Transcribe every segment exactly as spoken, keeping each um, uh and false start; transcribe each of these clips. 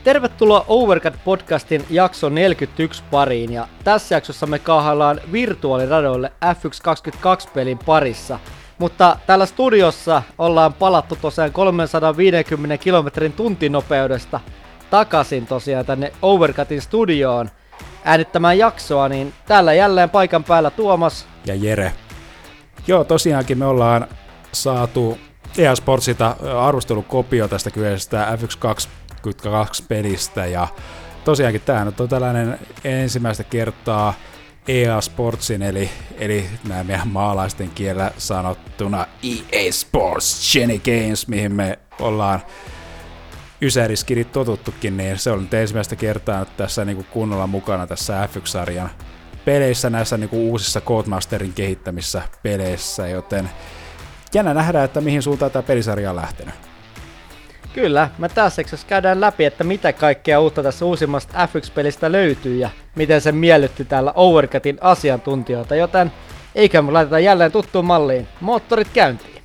Tervetuloa Overcut-podcastin jakso neljäkymmentäyksi pariin, ja tässä jaksossa me kaahaillaan virtuaaliradoille F yksi kaksikymmentäkaksi-pelin parissa. Mutta täällä studiossa ollaan palattu tosiaan kolmesataaviisikymmentä kilometrin tuntinopeudesta takaisin tosiaan tänne Overcutin studioon äänittämään jaksoa, niin täällä jälleen paikan päällä Tuomas ja Jere. Joo, tosiaankin me ollaan saatu E A Sportsilta arvostelukopio tästä kyseisestä F yksi kaksikymmentäkaksi-pelistä, ja tosiaankin tämä nyt on tällainen ensimmäistä kertaa E A Sportsin, eli, eli nämä meidän maalaisten kielellä sanottuna E A Sports Genie Games, mihin me ollaan ysäriskidit totuttukin, niin se on nyt ensimmäistä kertaa nyt tässä niin kuin kunnolla mukana tässä F yksi-sarjan peleissä, näissä niin kuin uusissa Codemasterin kehittämissä peleissä, joten jännä nähdään, että mihin suuntaan tämä pelisarja on lähtenyt. Kyllä, me tässä käydään läpi, että mitä kaikkea uutta tässä uusimmasta F yksi-pelistä löytyy ja miten se miellytti täällä Overcutin asiantuntijoita, joten eikä me laiteta jälleen tuttuun malliin. Moottorit käyntiin!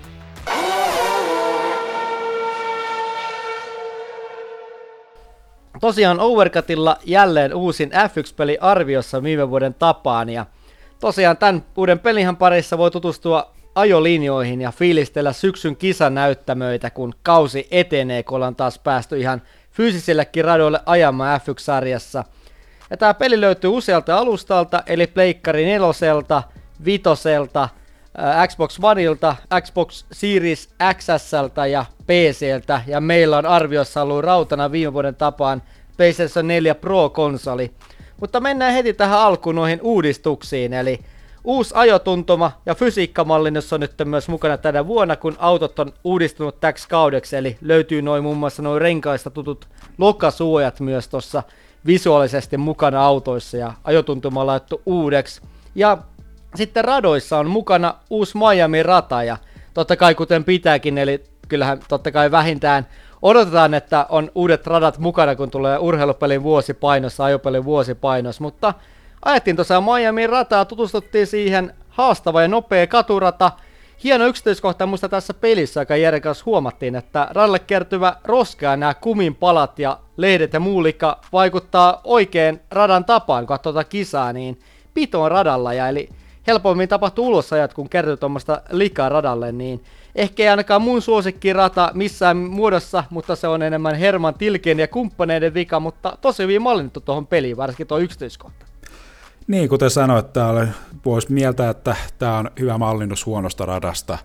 Tosiaan Overcutilla jälleen uusin F yksi-peli arviossa viime vuoden tapaan, ja tosiaan tämän uuden pelinhan parissa voi tutustua ajolinjoihin ja fiilistellä syksyn kisanäyttämöitä, kun kausi etenee, kun ollaan taas päästy ihan fyysisillekin radoille ajamaan F yksi-sarjassa. Ja tää peli löytyy usealta alustalta, eli Pleikkari neloselta, Vitoselta, ää, Xbox Oneilta, Xbox Series X S:ltä ja P C:ltä, ja meillä on arviossa ollut rautana viime vuoden tapaan PlayStation neljä Pro-konsoli. Mutta mennään heti tähän alkuun noihin uudistuksiin, eli uusi ajotuntuma ja fysiikkamallinnus on nyt myös mukana tänä vuonna, kun autot on uudistunut täksi kaudeksi, eli löytyy noin muun muassa noin renkaista tutut lokasuojat myös tuossa visuaalisesti mukana autoissa, ja ajotuntuma on laittu uudeksi. Ja sitten radoissa on mukana uusi Miami-rata, ja totta kai kuten pitääkin, eli kyllähän totta kai vähintään odotetaan, että on uudet radat mukana, kun tulee urheilupelin vuosipainos, ajopelin vuosipainos, mutta ajettiin tosiaan Miamin rataa, tutustuttiin siihen, haastava ja nopea katurata. Hieno yksityiskohta musta tässä pelissä, joka Jeren kanssa huomattiin, että radalle kertyvä roska ja nämä kumin palat ja lehdet ja muu lika vaikuttaa oikein radan tapaan, kun katsoo tuota kisaa, niin pitoon radalla, ja eli helpommin tapahtuu ulosajat, kun kertyy tuommoista likaa radalle, niin ehkä ei ainakaan mun suosikkirata missään muodossa, mutta se on enemmän Herman Tilkeen ja kumppaneiden vika, mutta tosi hyvin mallinnettu tuohon peliin, varsinkin tuo yksityiskohta. Niin, kuten sanoit, että voisi mieltää, että tämä on hyvä mallinnus huonosta radasta,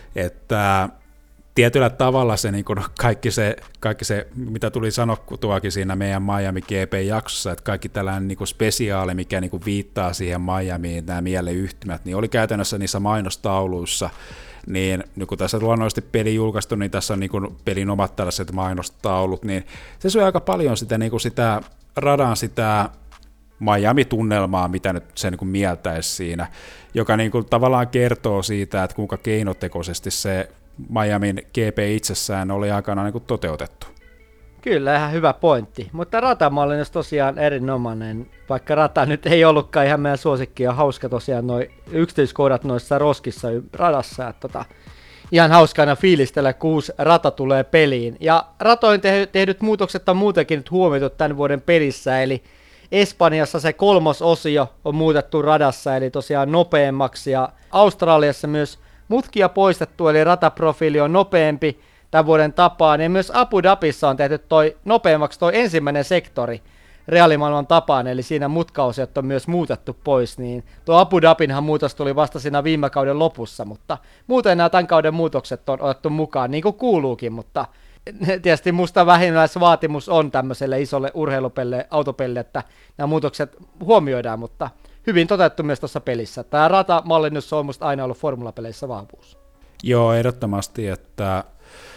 että tietyllä tavalla se, niin kuin kaikki, se, kaikki se, mitä tuli sanottuakin siinä meidän Miami G P-jaksossa, että kaikki tällainen niin kuin spesiaali, mikä niin kuin viittaa siihen Miamiin, nämä mieleyhtymät, niin oli käytännössä niissä mainostauluissa, niin, niin kun tässä luonnollisesti peli julkaistu, niin tässä on niin kuin pelin omat tällaiset mainostaulut, niin se syö aika paljon sitä, niin kuin sitä radan sitä Miami-tunnelmaa, mitä nyt se niin kuin mieltäisi siinä, joka niin kuin tavallaan kertoo siitä, että kuinka keinotekoisesti se Miamin G P itsessään oli aikanaan niin kuin toteutettu. Kyllä, ihan hyvä pointti, mutta ratamallinnus tosiaan erinomainen, vaikka rata nyt ei ollutkaan ihan meidän suosikki, ja hauska tosiaan noi yksityiskohdat noissa roskissa radassa, että tota, ihan hauska aina fiilistellä, kun uusi rata tulee peliin. Ja ratoin te- tehdyt muutokset on muutenkin nyt huomioitu tämän vuoden pelissä, eli Espanjassa se kolmos osio on muutettu radassa, eli tosiaan nopeammaksi, ja Australiassa myös mutkia poistettu, eli rataprofiili on nopeampi tämän vuoden tapaan, ja myös Abu Dhabissa on tehty toi nopeammaksi toi ensimmäinen sektori reaalimaailman tapaan, eli siinä mutkaosiot on myös muutettu pois, niin tuo Abu Dhabinhan muutos tuli vasta siinä viime kauden lopussa, mutta muuten nämä tämän kauden muutokset on otettu mukaan, niin kuin kuuluukin, mutta tietysti musta vähimmäisvaatimus on tämmöiselle isolle urheilupelle, autopelle, että nämä muutokset huomioidaan, mutta hyvin toteutettu myös tuossa pelissä. Tämä ratamallinnus on musta aina ollut formulapeleissä vahvuus. Joo, ehdottomasti, että,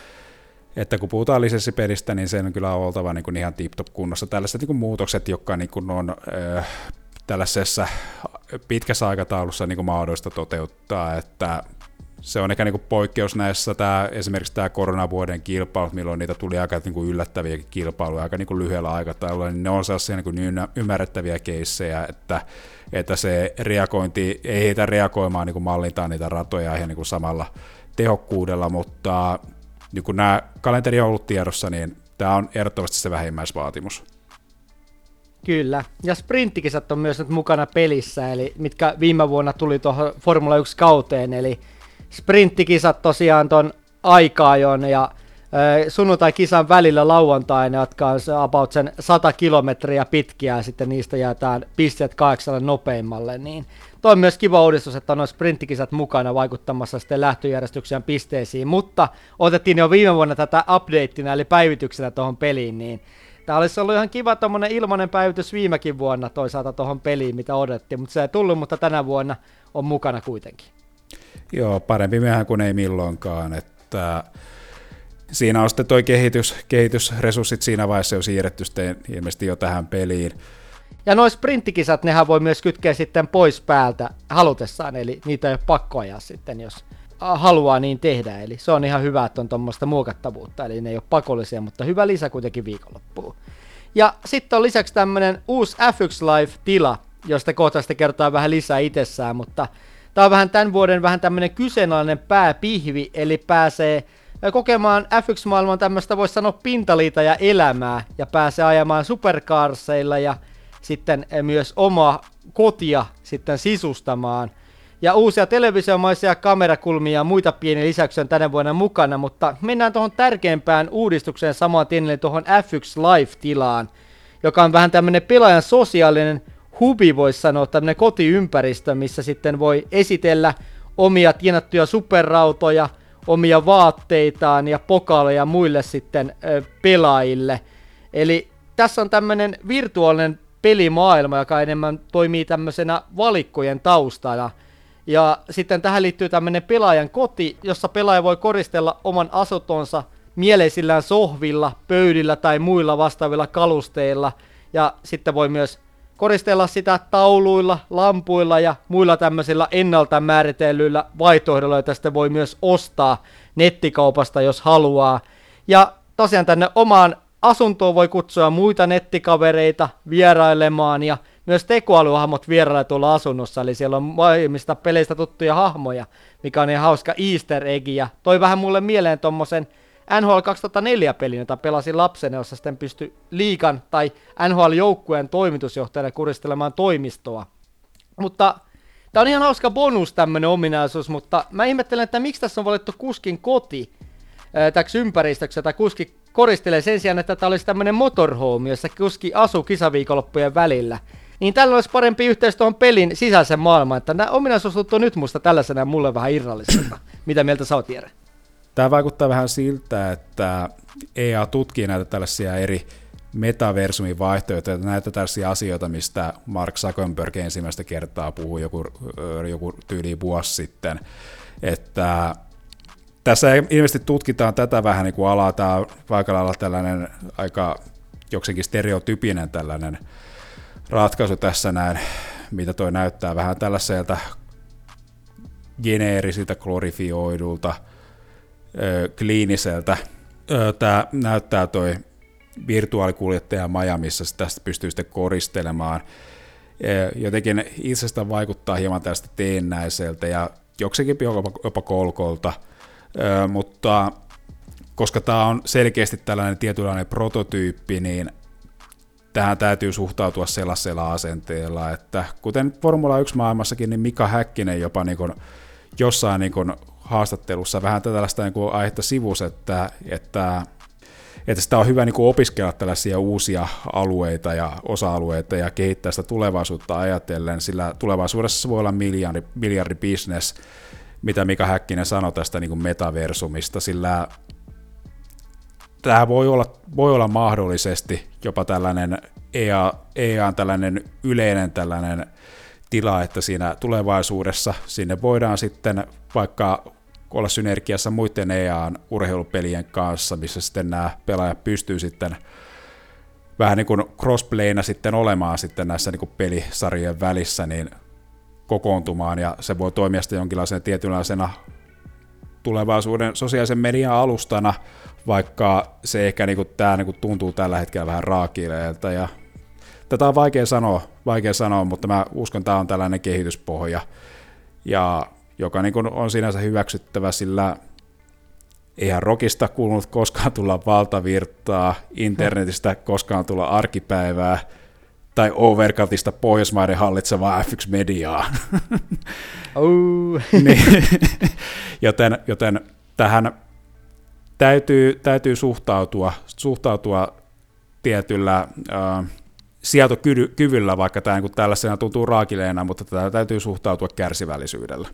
että kun puhutaan lisenssipelistä, niin sen on kyllä oltava niin kuin ihan tip-top kunnossa. Tällaiset niin kuin muutokset, jotka niin kuin on äh, tällaisessa pitkässä aikataulussa niin kuin mahdollista toteuttaa, että se on ehkä niinku poikkeus näissä, tää, esimerkiksi tämä koronavuoden kilpailut, milloin niitä tuli aika niinku yllättäviä kilpailuja aika niinku lyhyellä aikataululla, niin ne on sellaisia niinku ymmärrettäviä keissejä, että, että se reagointi ei heitä reagoimaan niinku mallintaan niitä ratoja ihan niinku samalla tehokkuudella, mutta niin kun nämä kalenteri on ollut tiedossa, niin tämä on ehdottomasti se vähimmäisvaatimus. Kyllä, ja sprinttikisat on myös nyt mukana pelissä, eli mitkä viime vuonna tuli tuohon Formula yksi kauteen, eli sprinttikisat tosiaan ton aika-ajon ja sunnuntai-kisan välillä lauantaina, jotka on about sen sata kilometriä pitkiä, ja sitten niistä jaetaan pisteet kahdeksalle nopeimmalle, niin toi on myös kiva uudistus, että on sprinttikisat mukana vaikuttamassa sitten lähtöjärjestyksen pisteisiin, mutta otettiin jo viime vuonna tätä updateina, eli päivityksenä tuohon peliin, niin tämä olisi ollut ihan kiva tommonen ilmainen päivitys viimekin vuonna toisaalta tuohon peliin, mitä odottiin, mutta se ei tullut, mutta tänä vuonna on mukana kuitenkin. Joo, parempi myöhään kuin ei milloinkaan, että siinä on sitten toi kehitys, kehitysresurssit siinä vaiheessa jo siirretty sitten ilmeisesti jo tähän peliin. Ja nuo sprinttikisat, nehän voi myös kytkeä sitten pois päältä halutessaan, eli niitä ei ole pakko ajaa sitten, jos haluaa niin tehdä. Eli se on ihan hyvä, että on tuommoista muokattavuutta, eli ne ei ole pakollisia, mutta hyvä lisä kuitenkin viikonloppuun. Ja sitten on lisäksi tämmöinen uusi F yksi Live-tila, josta kohta sitten kertaa vähän lisää itsessään, mutta tämä on vähän tämän vuoden vähän tämmöinen kyseenalainen pääpihvi, eli pääsee kokemaan F yksi -maailman tämmöistä, voisi sanoa, pintaliita ja elämää, ja pääsee ajamaan supercarseilla ja sitten myös omaa kotia sitten sisustamaan. Ja uusia televisiomaisia kamerakulmia ja muita pieniä lisäyksiä on tänä vuonna mukana, mutta mennään tuohon tärkeimpään uudistukseen saman tien, eli tuohon F yksi Live-tilaan, joka on vähän tämmöinen pelaajan sosiaalinen hubi, voisi sanoa, tämmöinen kotiympäristö, missä sitten voi esitellä omia tienattuja superrautoja, omia vaatteitaan ja pokaaleja muille sitten ö, pelaajille. Eli tässä on tämmöinen virtuaalinen pelimaailma, joka enemmän toimii tämmöisenä valikkojen taustana. Ja sitten tähän liittyy tämmöinen pelaajan koti, jossa pelaaja voi koristella oman asuntonsa mieleisillään sohvilla, pöydillä tai muilla vastaavilla kalusteilla. Ja sitten voi myös koristella sitä tauluilla, lampuilla ja muilla tämmöisillä ennalta määritellyillä vaihtoehdoilla, joita sitten voi myös ostaa nettikaupasta, jos haluaa. Ja tosiaan tänne omaan asuntoon voi kutsua muita nettikavereita vierailemaan, ja myös tekoälyhahmot vierailee tuolla asunnossa, eli siellä on maailmista peleistä tuttuja hahmoja, mikä on ihan hauska easter egg, ja toi vähän mulle mieleen tommosen N H L kaksituhattaneljä-pelin, jota pelasin lapsena, jossa sitten pystyi liigan tai N H L-joukkueen toimitusjohtajana kuristelemaan toimistoa. Mutta tää on ihan hauska bonus tämmönen ominaisuus, mutta mä ihmettelen, että miksi tässä on valittu kuskin koti ää, täksi ympäristöksi, jota kuski koristelee sen sijaan, että tää olisi tämmönen motorhome, jossa kuski asuu kisaviikonloppujen välillä. Niin tällä olisi parempi yhteys tuohon pelin sisäisen maailmaan, että nämä ominaisuus tuntuu nyt musta tällaisena mulle vähän irralliselta. Mitä mieltä sä oot, Jere? Tämä vaikuttaa vähän siltä, että E A tutkii näitä tällaisia eri metaversumin vaihtoehtoja, näitä tällaisia asioita, mistä Mark Zuckerberg ensimmäistä kertaa puhui joku, joku tyyli vuosi sitten. Että tässä ilmeisesti tutkitaan tätä vähän niin kuin alaa, tämä on vaikka lailla tällainen aika jokseenkin stereotypinen tällainen ratkaisu tässä näin, mitä toi näyttää vähän tällaiselta geneerisiltä, glorifioidulta, kliiniseltä. Tämä näyttää toi virtuaalikuljettaja maja, missä tästä pystyy sitten koristelemaan. Jotenkin itsestä vaikuttaa hieman tästä teennäiseltä ja jokseenkin jopa, jopa kolkolta, mutta koska tämä on selkeästi tällainen tietynlainen prototyyppi, niin tähän täytyy suhtautua sellaisella asenteella, että kuten Formula yksi -maailmassakin, niin Mika Häkkinen jopa niin kuin jossain niin kuin haastattelussa vähän tällaista niin kuin aihetta sivus, että, että, että sitä on hyvä niin kuin opiskella tällaisia uusia alueita ja osa-alueita ja kehittää sitä tulevaisuutta ajatellen, sillä tulevaisuudessa se voi olla miljardi, miljardi business, mitä Mika Häkkinen sanoi tästä niin kuin metaversumista, sillä tämä voi olla, voi olla mahdollisesti jopa tällainen E A, E A:n tällainen yleinen tällainen tila, että siinä tulevaisuudessa sinne voidaan sitten vaikka olla synergiassa muiden E A:n urheilupelien kanssa, missä sitten nämä pelaajat pystyy sitten vähän niin kuin crossplayna sitten olemaan sitten näissä niin kuin pelisarjojen välissä, niin kokoontumaan, ja se voi toimia sitten jonkinlaisena tietynlaisena tulevaisuuden sosiaalisen median alustana, vaikka se ehkä niin kuin, tämä niin kuin tuntuu tällä hetkellä vähän raakileelta, ja tätä on vaikea sanoa, vaikea sanoa, mutta mä uskon, että tämä on tällainen kehityspohja, ja joka niin kuin on sinänsä hyväksyttävä, sillä eihän rockista kuulunut koskaan tulla valtavirtaa, internetistä koskaan tulla arkipäivää, tai Overcutista Pohjoismaiden hallitsevaa F yksi mediaa. Oh. niin, joten, joten tähän täytyy, täytyy suhtautua, suhtautua tietyllä äh, sietokyvyllä, vaikka tämä niin tällaisena tuntuu raakileena, mutta tätä täytyy suhtautua kärsivällisyydellä.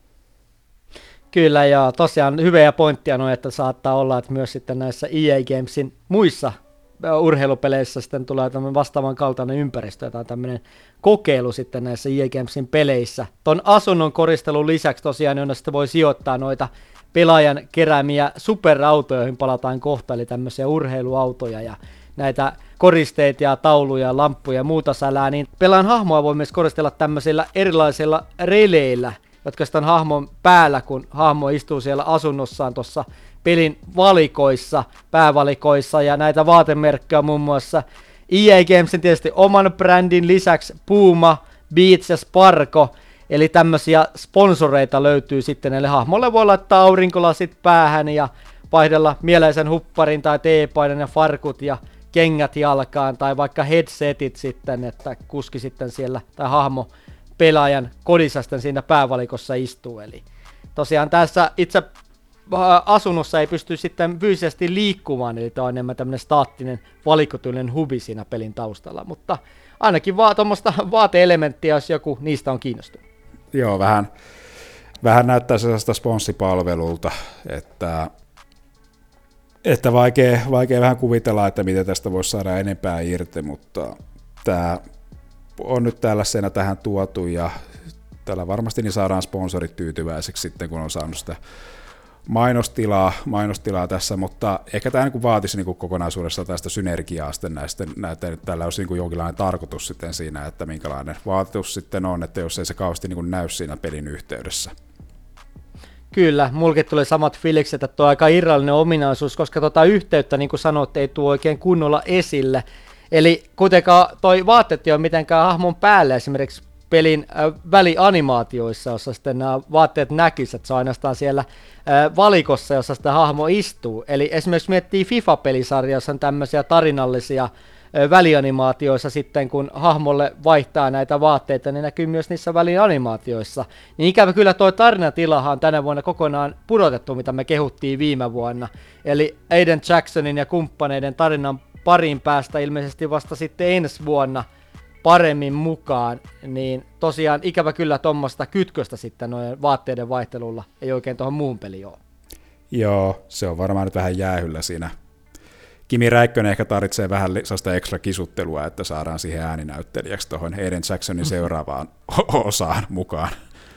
Kyllä, ja tosiaan hyviä pointtia on, että saattaa olla, että myös sitten näissä E A Gamesin muissa urheilupeleissä sitten tulee tämmöinen vastaavan kaltainen ympäristö, tai tämmöinen kokeilu sitten näissä E A Gamesin peleissä. Ton asunnon koristelun lisäksi tosiaan, jonne sitten voi sijoittaa noita pelaajan keräämiä superautoja, joihin palataan kohta, eli tämmöisiä urheiluautoja ja näitä koristeita ja tauluja, lamppuja ja muuta sälää, niin pelaajan hahmoa voi myös koristella tämmöisillä erilaisilla releillä, jotka sitten on hahmon päällä, kun hahmo istuu siellä asunnossaan tuossa pelin valikoissa, päävalikoissa, ja näitä vaatemerkkejä muun muassa E A Gamesin tietysti oman brändin lisäksi Puma, Beats ja Sparko, eli tämmöisiä sponsoreita löytyy sitten, eli hahmolle voi laittaa aurinkolasit päähän ja vaihdella mieleisen hupparin tai teepaidan ja farkut ja kengät jalkaan, tai vaikka headsetit sitten, että kuski sitten siellä, tai hahmo pelaajan kodissa sitten siinä päävalikossa istuu, eli tosiaan tässä itse asunnossa ei pysty sitten fyysisesti liikkumaan, eli tämä on enemmän tämmöinen staattinen valikotyylinen hubi siinä pelin taustalla, mutta ainakin vaan tuommoista vaate-elementtiä, jos joku niistä on kiinnostunut. Joo, vähän, vähän näyttää sellaista sponssipalvelulta, että, että vaikea, vaikea vähän kuvitella, että miten tästä voisi saada enempää irti, mutta tämä on nyt tällaisena tähän tuotu, ja tällä varmasti niin saadaan sponsorit tyytyväiseksi sitten, kun on saanut sitä mainostilaa, mainostilaa tässä, mutta ehkä tämä niin vaatisi niin kokonaisuudessa tästä synergiaa sitten näistä, näitä, tällä olisi niin jonkinlainen tarkoitus sitten siinä, että minkälainen vaatetus sitten on, että jos ei se kauheasti niin näy siinä pelin yhteydessä. Kyllä, mulkin tuli samat fiilikset, että tuo on aika irrallinen ominaisuus, koska tuota yhteyttä, niin kuin sanoit, ei tuo oikein kunnolla esille. Eli kuitenkaan toi vaatteet ei ole mitenkään hahmon päällä esimerkiksi pelin äh, välianimaatioissa, jossa sitten nämä vaatteet näkyisivät, että se on ainoastaan siellä äh, valikossa, jossa sitä hahmo istuu. Eli esimerkiksi miettii FIFA-pelisarja, jossa on tämmöisiä tarinallisia äh, välianimaatioissa sitten, kun hahmolle vaihtaa näitä vaatteita, niin näkyy myös niissä välianimaatioissa. Niin ikävä kyllä tuo tarinatilahan on tänä vuonna kokonaan pudotettu, mitä me kehuttiin viime vuonna. Eli Aiden Jacksonin ja kumppaneiden tarinan parin päästä ilmeisesti vasta sitten ensi vuonna paremmin mukaan, niin tosiaan ikävä kyllä tuommoista kytköstä sitten noiden vaatteiden vaihtelulla ei oikein tuohon muun peliin ole. Joo, se on varmaan nyt vähän jäähyllä siinä. Kimi Räikkönen ehkä tarvitsee vähän sellaista ekstra kisuttelua, että saadaan siihen ääninäyttelijäksi tuohon Aiden Jacksonin seuraavaan osaan mukaan.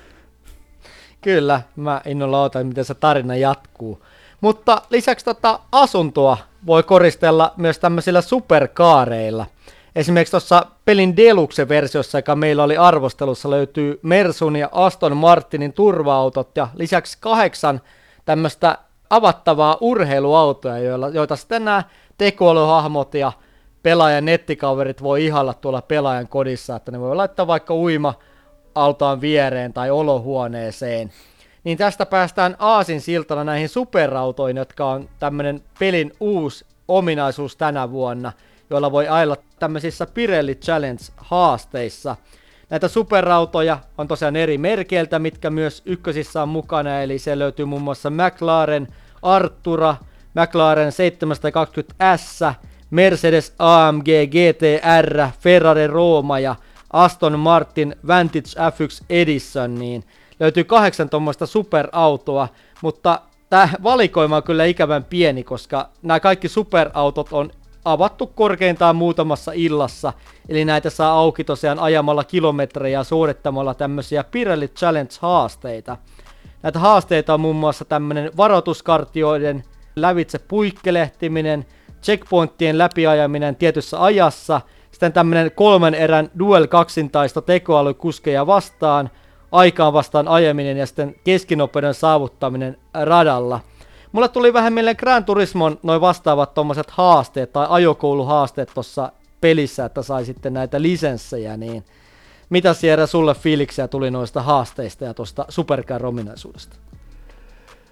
Kyllä, mä innolla otan, miten se tarina jatkuu. Mutta lisäksi tota asuntoa voi koristella myös tämmöisillä superkaareilla. Esimerkiksi tuossa pelin Deluxe-versiossa, joka meillä oli arvostelussa, löytyy Mersun ja Aston Martinin turva-autot ja lisäksi kahdeksan tämmöistä avattavaa urheiluautoja, joilla, joita sitten nämä tekoälyhahmot ja pelaajan nettikaverit voi ihalla tuolla pelaajan kodissa, että ne voi laittaa vaikka uima-autoon viereen tai olohuoneeseen. Niin tästä päästään aasinsiltana näihin superautoihin, jotka on tämmöinen pelin uusi ominaisuus tänä vuonna, joilla voi ailla tämmöisissä Pirelli Challenge-haasteissa. Näitä superautoja on tosiaan eri merkeiltä, mitkä myös ykkösissä on mukana, eli se löytyy muun muassa McLaren Artura, McLaren seitsemänsataakaksikymmentä S, Mercedes A M G G T R, Ferrari Roma ja Aston Martin Vantage F yksi Edition, niin löytyy kahdeksan tuommoista superautoa, mutta tämä valikoima on kyllä ikävän pieni, koska nämä kaikki superautot on avattu korkeintaan muutamassa illassa, eli näitä saa auki tosiaan ajamalla kilometrejä ja suorittamalla tämmöisiä Pirelli Challenge-haasteita. Näitä haasteita on muun muassa tämmöinen varoituskartioiden lävitse puikkelehtiminen, checkpointtien läpiajaminen tietyssä ajassa, sitten tämmöinen kolmen erän duel kaksintaisto tekoälykuskeja vastaan, aikaan vastaan ajaminen ja sitten keskinopeuden saavuttaminen radalla. Mulle tuli vähän mieleen Gran Turismon noin vastaavat tommoset haasteet tai ajokouluhaasteet tuossa pelissä, että sai sitten näitä lisenssejä, niin mitä Sierra sulle fiiliksiä tuli noista haasteista ja tuosta Supercar-ominaisuudesta?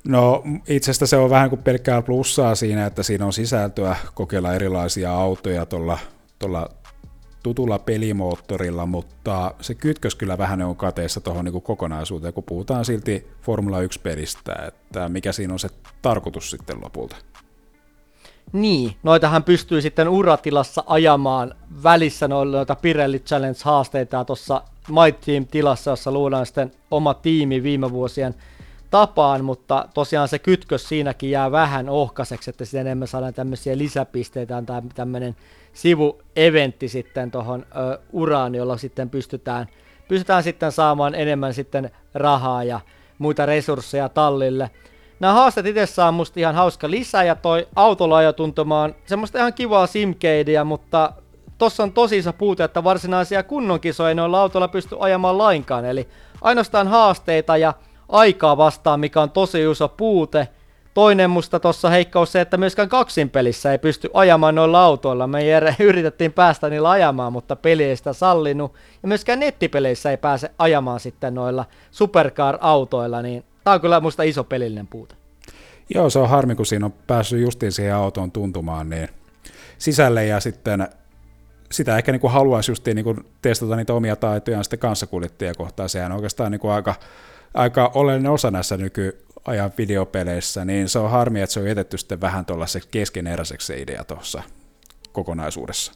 No itse asiassa se on vähän kuin pelkkää plussaa siinä, että siinä on sisältöä kokeilla erilaisia autoja tuolla, tuolla tutulla pelimoottorilla, mutta se kytkös kyllä vähän on kateessa tuohon niin kokonaisuuteen, kun puhutaan silti Formula yksi-pelistä, että mikä siinä on se tarkoitus sitten lopulta. Niin, noitahan pystyy sitten uratilassa ajamaan välissä noita Pirelli Challenge-haasteita tuossa My Team-tilassa, jossa luodaan sitten oma tiimi viime vuosien tapaan, mutta tosiaan se kytkös siinäkin jää vähän ohkaiseksi, että sitten enemmän saadaan tämmöisiä lisäpisteitä tai tämmöinen sivueventti sitten tuohon uraan, jolla sitten pystytään, pystytään sitten saamaan enemmän sitten rahaa ja muita resursseja tallille. Nämä haasteet itsessään on musta ihan hauska lisä ja toi autolla ajo tuntumaan semmoista ihan kivaa simkeidiä, mutta tossa on tosi iso puute, että varsinaisia kunnon kisoja noilla autoilla pysty ajamaan lainkaan, eli ainoastaan haasteita ja aikaa vastaan, mikä on tosi iso puute. Toinen musta tossa heikkous se, että myöskään kaksinpelissä ei pysty ajamaan noilla autoilla. Me yritettiin päästä niillä ajamaan, mutta peli ei sitä sallinut. Ja myöskään nettipeleissä ei pääse ajamaan sitten noilla supercar-autoilla, niin tää on kyllä musta iso pelillinen puute. Joo, se on harmi, kun siinä on päässyt justiin siihen autoon tuntumaan niin sisälle ja sitten sitä ehkä niin kuin haluaisi justiin niin kuin testata niitä omia taitojaan sitten kanssakuljettajakohtaan. Sehän on oikeastaan niin kuin aika, aika oleellinen osa näissä nykyajan videopeleissä, niin se on harmi, että se on jätetty sitten vähän tuollaiseksi keskeneräiseksi se idea tuossa kokonaisuudessa.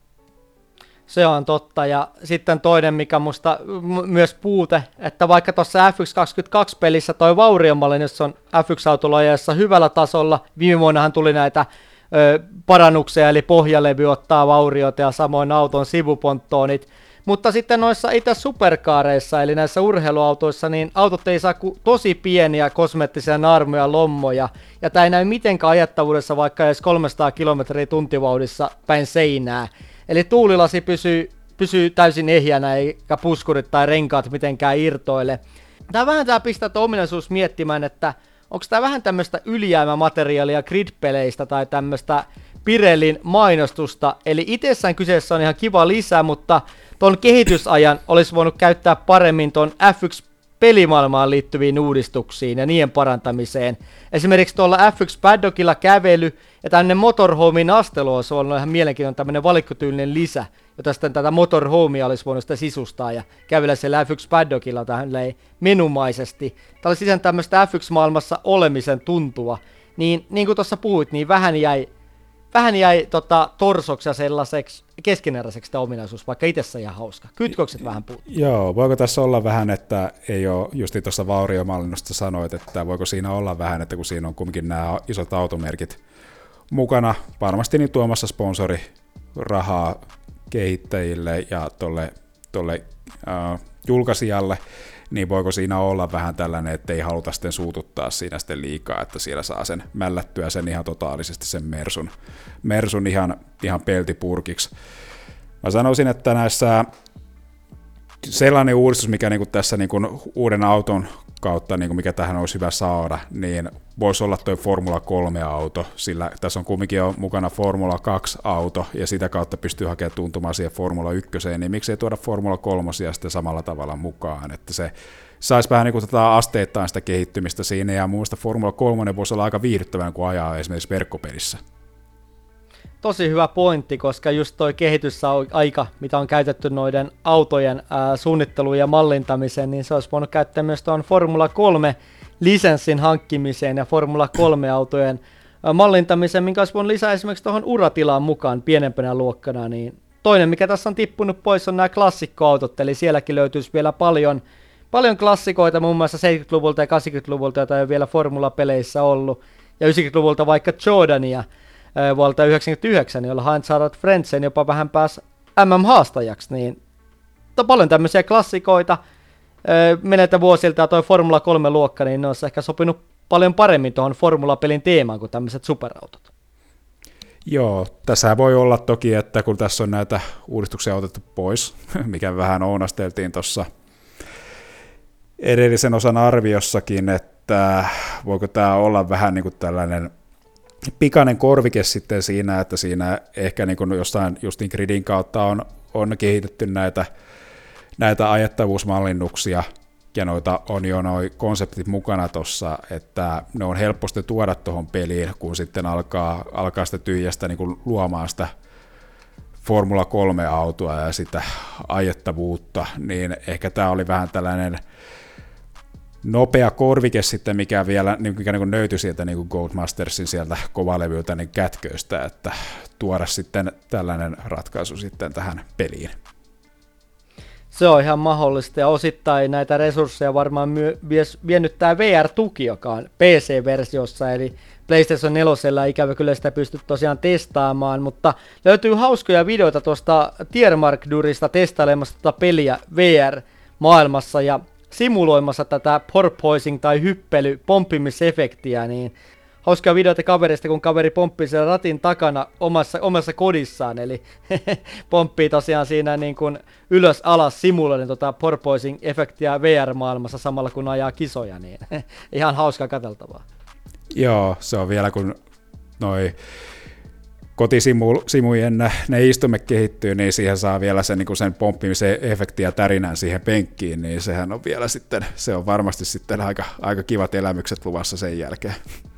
Se on totta, ja sitten toinen, mikä musta m- myös puute, että vaikka tuossa F yksi kaksikymmentäkaksi-pelissä toi vauriomalli, jos on F yksi-autolla ajassa hyvällä tasolla, viime vuonnahan tuli näitä ö, parannuksia, eli pohjalevy ottaa vauriota ja samoin auton sivuponttoonit, mutta sitten noissa itse superkaareissa, eli näissä urheiluautoissa, niin autot ei saa tosi pieniä kosmeettisia naarmuja, lommoja, ja tämä ei näy mitenkään ajettavuudessa vaikka edes kolmesataa kilometriä tuntivauhdissa päin seinää. Eli tuulilasi pysyy, pysyy täysin ehjänä, eikä puskurit tai renkaat mitenkään irtoile. Tämä vähän tämä pistää ominaisuus miettimään, että onko tämä vähän tämmöistä ylijäämämateriaalia grid-peleistä tai tämmöistä Pirellin mainostusta. Eli itsessään kyseessä on ihan kiva lisä, mutta ton kehitysajan olisi voinut käyttää paremmin ton F yksi-pelimaailmaan liittyviin uudistuksiin ja niiden parantamiseen. Esimerkiksi tuolla F yksi Paddockilla kävely ja tänne motorhomein astelu olisi ollut ihan mielenkiintoinen tämmöinen valikkotyylinen lisä, jota sitten tätä motorhomea olisi voinut sitä sisustaa ja kävellä siellä F yksi Paddockilla tähän menumaisesti. Tämä olisi ihan tämmöistä F yksi-maailmassa olemisen tuntua. Niin, niin kuin tuossa puhuit, niin vähän jäi, vähän jäi tota, torsoksi ja sellaiseksi keskeneräiseksi tämä ominaisuus, vaikka itsessä ihan hauska. Kytkökset vähän puuttuu. Joo, voiko tässä olla vähän, että ei ole, justi tuossa vauriomallinnosta sanoit, että voiko siinä olla vähän, että kun siinä on kumminkin nämä isot automerkit mukana, varmasti niin tuomassa sponsorirahaa kehittäjille ja tolle, tolle äh, julkaisijalle, niin voiko siinä olla vähän tällainen, että ei haluta sitten suututtaa siinä sitten liikaa, että siellä saa sen mällättyä sen ihan totaalisesti sen Mersun, Mersun ihan, ihan peltipurkiksi. Mä sanoisin, että näissä sellainen uudistus, mikä niinku tässä niinku uuden auton kautta, niinku mikä tähän olisi hyvä saada, niin voisi olla tuo Formula kolme-auto, sillä tässä on kumminkin jo mukana Formula kaksi-auto, ja sitä kautta pystyy hakemaan tuntumaan siihen Formula ykköseen, niin miksei tuoda Formula kolmosia sitten samalla tavalla mukaan, että se saisi vähän niin kuin tätä asteittain sitä kehittymistä siinä, ja mun mielestä Formula kolme voisi olla aika viihdyttävää, kun ajaa esimerkiksi verkkopelissä. Tosi hyvä pointti, koska just toi kehitysaika, mitä on käytetty noiden autojen ää, suunnitteluun ja mallintamiseen, niin se olisi voinut käyttää myös tuon Formula kolme lisenssin hankkimiseen ja Formula kolme-autojen mallintamiseen, minkä olisi voinut lisää esimerkiksi tuohon uratilaan mukaan pienempänä luokkana. Niin toinen, mikä tässä on tippunut pois, on nämä klassikkoautot, eli sielläkin löytyisi vielä paljon, paljon klassikoita, muun muassa seitsemänkymmentäluvulta ja kahdeksankymmentäluvulta, joita ei ole vielä Formula-peleissä ollut, ja yhdeksänkymmentäluvulta vaikka Jordania vuodelta yhdeksänkymmentäyhdeksän, jolla Heinz-Harald Frentzen jopa vähän pääsi M M-haastajaksi, niin paljon tämmöisiä klassikoita meneltä vuosilta, ja toi Formula kolme-luokka, niin ne olisi ehkä sopinut paljon paremmin tuohon Formula-pelin teemaan kuin tämmöiset superautot. Joo, tässä voi olla toki, että kun tässä on näitä uudistuksia otettu pois, mikä vähän ounasteltiin tuossa edellisen osan arviossakin, että voiko tämä olla vähän niin kuin tällainen pikainen korvike sitten siinä, että siinä ehkä niin kuin jostain justiin gridin kautta on, on kehitetty näitä, näitä ajettavuusmallinnuksia ja noita on jo noi konseptit mukana tuossa, että ne on helposti tuoda tuohon peliin, kun sitten alkaa, alkaa sitä tyhjästä niin kuin luomaan sitä Formula kolme autoa ja sitä ajettavuutta, niin ehkä tämä oli vähän tällainen nopea korvike sitten, mikä vielä mikä niin kuin nöytyi sieltä niin kuin Goldmastersin sieltä kovalevyltä niin kätköistä, että tuoda sitten tällainen ratkaisu sitten tähän peliin. Se on ihan mahdollista ja osittain näitä resursseja varmaan myö, vienyt tämä V R-tuki, joka on P C-versiossa, eli PlayStation neljä ikävä kyllä sitä pysty tosiaan testaamaan, mutta löytyy hauskoja videoita tuosta Tiermark-durista testailemassa tätä peliä V R-maailmassa ja simuloimassa tätä porpoising tai hyppely pomppimisefektiä, niin hauskaa videoita kaverista, kun kaveri pomppii siellä ratin takana omassa, omassa kodissaan, eli pomppii tosiaan siinä niin kuin ylös alas simuloiden tota porpoising-efektiä V R-maailmassa samalla kun ajaa kisoja, niin ihan hauskaa katseltavaa. Joo, se on vielä kun noi kotisimujen ne istumet kehittyy, niin siihen saa vielä sen, niin sen pomppimisen efektiä tärinän siihen penkkiin, niin sehän on vielä sitten, se on varmasti sitten aika, aika kivat elämykset luvassa sen jälkeen.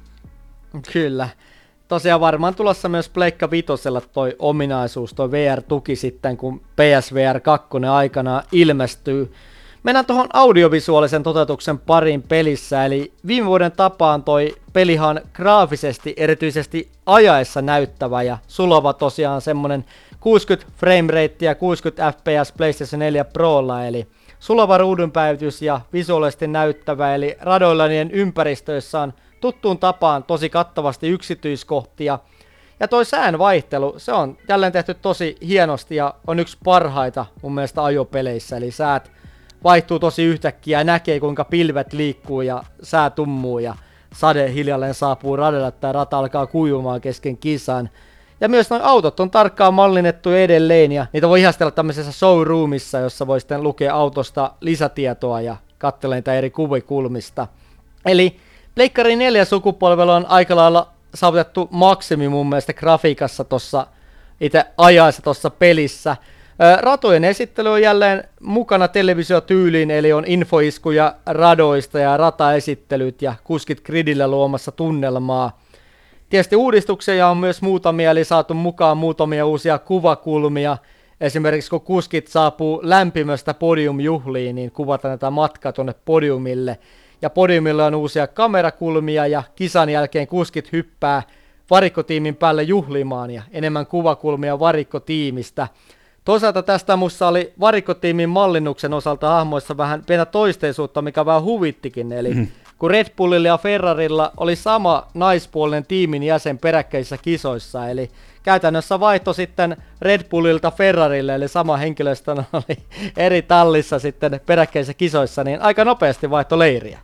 Kyllä. Tosiaan varmaan tulossa myös Pleikka Vitosella toi ominaisuus, toi V R-tuki sitten, kun P S V R kaksi aikana ilmestyy. Mennään tuohon audiovisuaalisen toteutuksen pariin pelissä, eli viime vuoden tapaan toi pelihan graafisesti erityisesti ajaessa näyttävä ja sulava tosiaan semmonen kuusikymmentä frame rate ja kuusikymmentä F P S PlayStation neljä Prolla, eli sulava ruudunpäivitys ja visuaalisesti näyttävä, eli radoilla niiden ympäristöissä on tuttuun tapaan tosi kattavasti yksityiskohtia. Ja toi sään vaihtelu, se on jälleen tehty tosi hienosti ja on yksi parhaita mun mielestä ajopeleissä, eli säät vaihtuu tosi yhtäkkiä ja näkee kuinka pilvet liikkuu ja sää tummuu ja sade hiljalleen saapuu radalle tai rata alkaa kuivumaan kesken kisan. Ja myös nuo autot on tarkkaan mallinnettu edelleen ja niitä voi ihastella tämmöisessä showroomissa, jossa voi sitten lukea autosta lisätietoa ja katsella niitä eri kuvikulmista. Eli Pleikkari neljä sukupolvella on aika lailla saavutettu maksimi mun mielestä grafiikassa tossa itse ajaessa tossa pelissä. Ratojen esittely on jälleen mukana televisiotyyliin, eli on infoiskuja radoista ja rataesittelyt ja kuskit gridillä luomassa tunnelmaa. Tietysti uudistuksia on myös muutamia, eli saatu mukaan muutamia uusia kuvakulmia. Esimerkiksi kun kuskit saapuu lämpimästä podiumjuhliin, niin kuvataan tätä matkaa tuonne podiumille. Ja podiumilla on uusia kamerakulmia ja kisan jälkeen kuskit hyppää varikkotiimin päälle juhlimaan ja enemmän kuvakulmia varikkotiimistä. Toisaalta tästä musta oli varikkotiimin mallinnuksen osalta hahmoissa vähän pientä toisteisuutta, mikä vähän huvittikin. Eli mm-hmm. kun Red Bullilla ja Ferrarilla oli sama naispuolinen tiimin jäsen peräkkäisissä kisoissa, eli käytännössä vaihto sitten Red Bullilta Ferrarille, eli sama henkilöstö oli eri tallissa sitten peräkkäisissä kisoissa, niin aika nopeasti vaihto leiriä.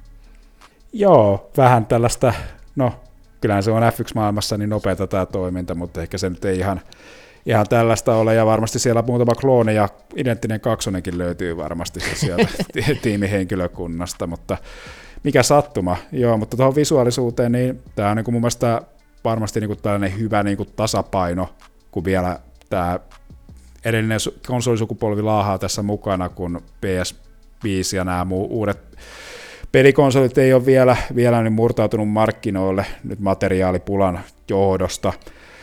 Joo, vähän tällaista, no kyllähän se on F yksi maailmassa niin nopeata tämä toiminta, mutta ehkä se nyt ei ihan Ihan tällaista ole, ja varmasti siellä muutama klooni ja identtinen kaksonenkin löytyy varmasti sieltä tiimihenkilökunnasta, mutta mikä sattuma. Joo, mutta tuohon visuaalisuuteen, niin tämä on niin kuin mun mielestä varmasti niin kuin tällainen hyvä niin kuin tasapaino, kun vielä tämä edellinen konsolisukupolvi laahaa tässä mukana, kun P S viisi ja nämä muu uudet pelikonsolit ei ole vielä, vielä niin murtautunut markkinoille nyt materiaalipulan johdosta,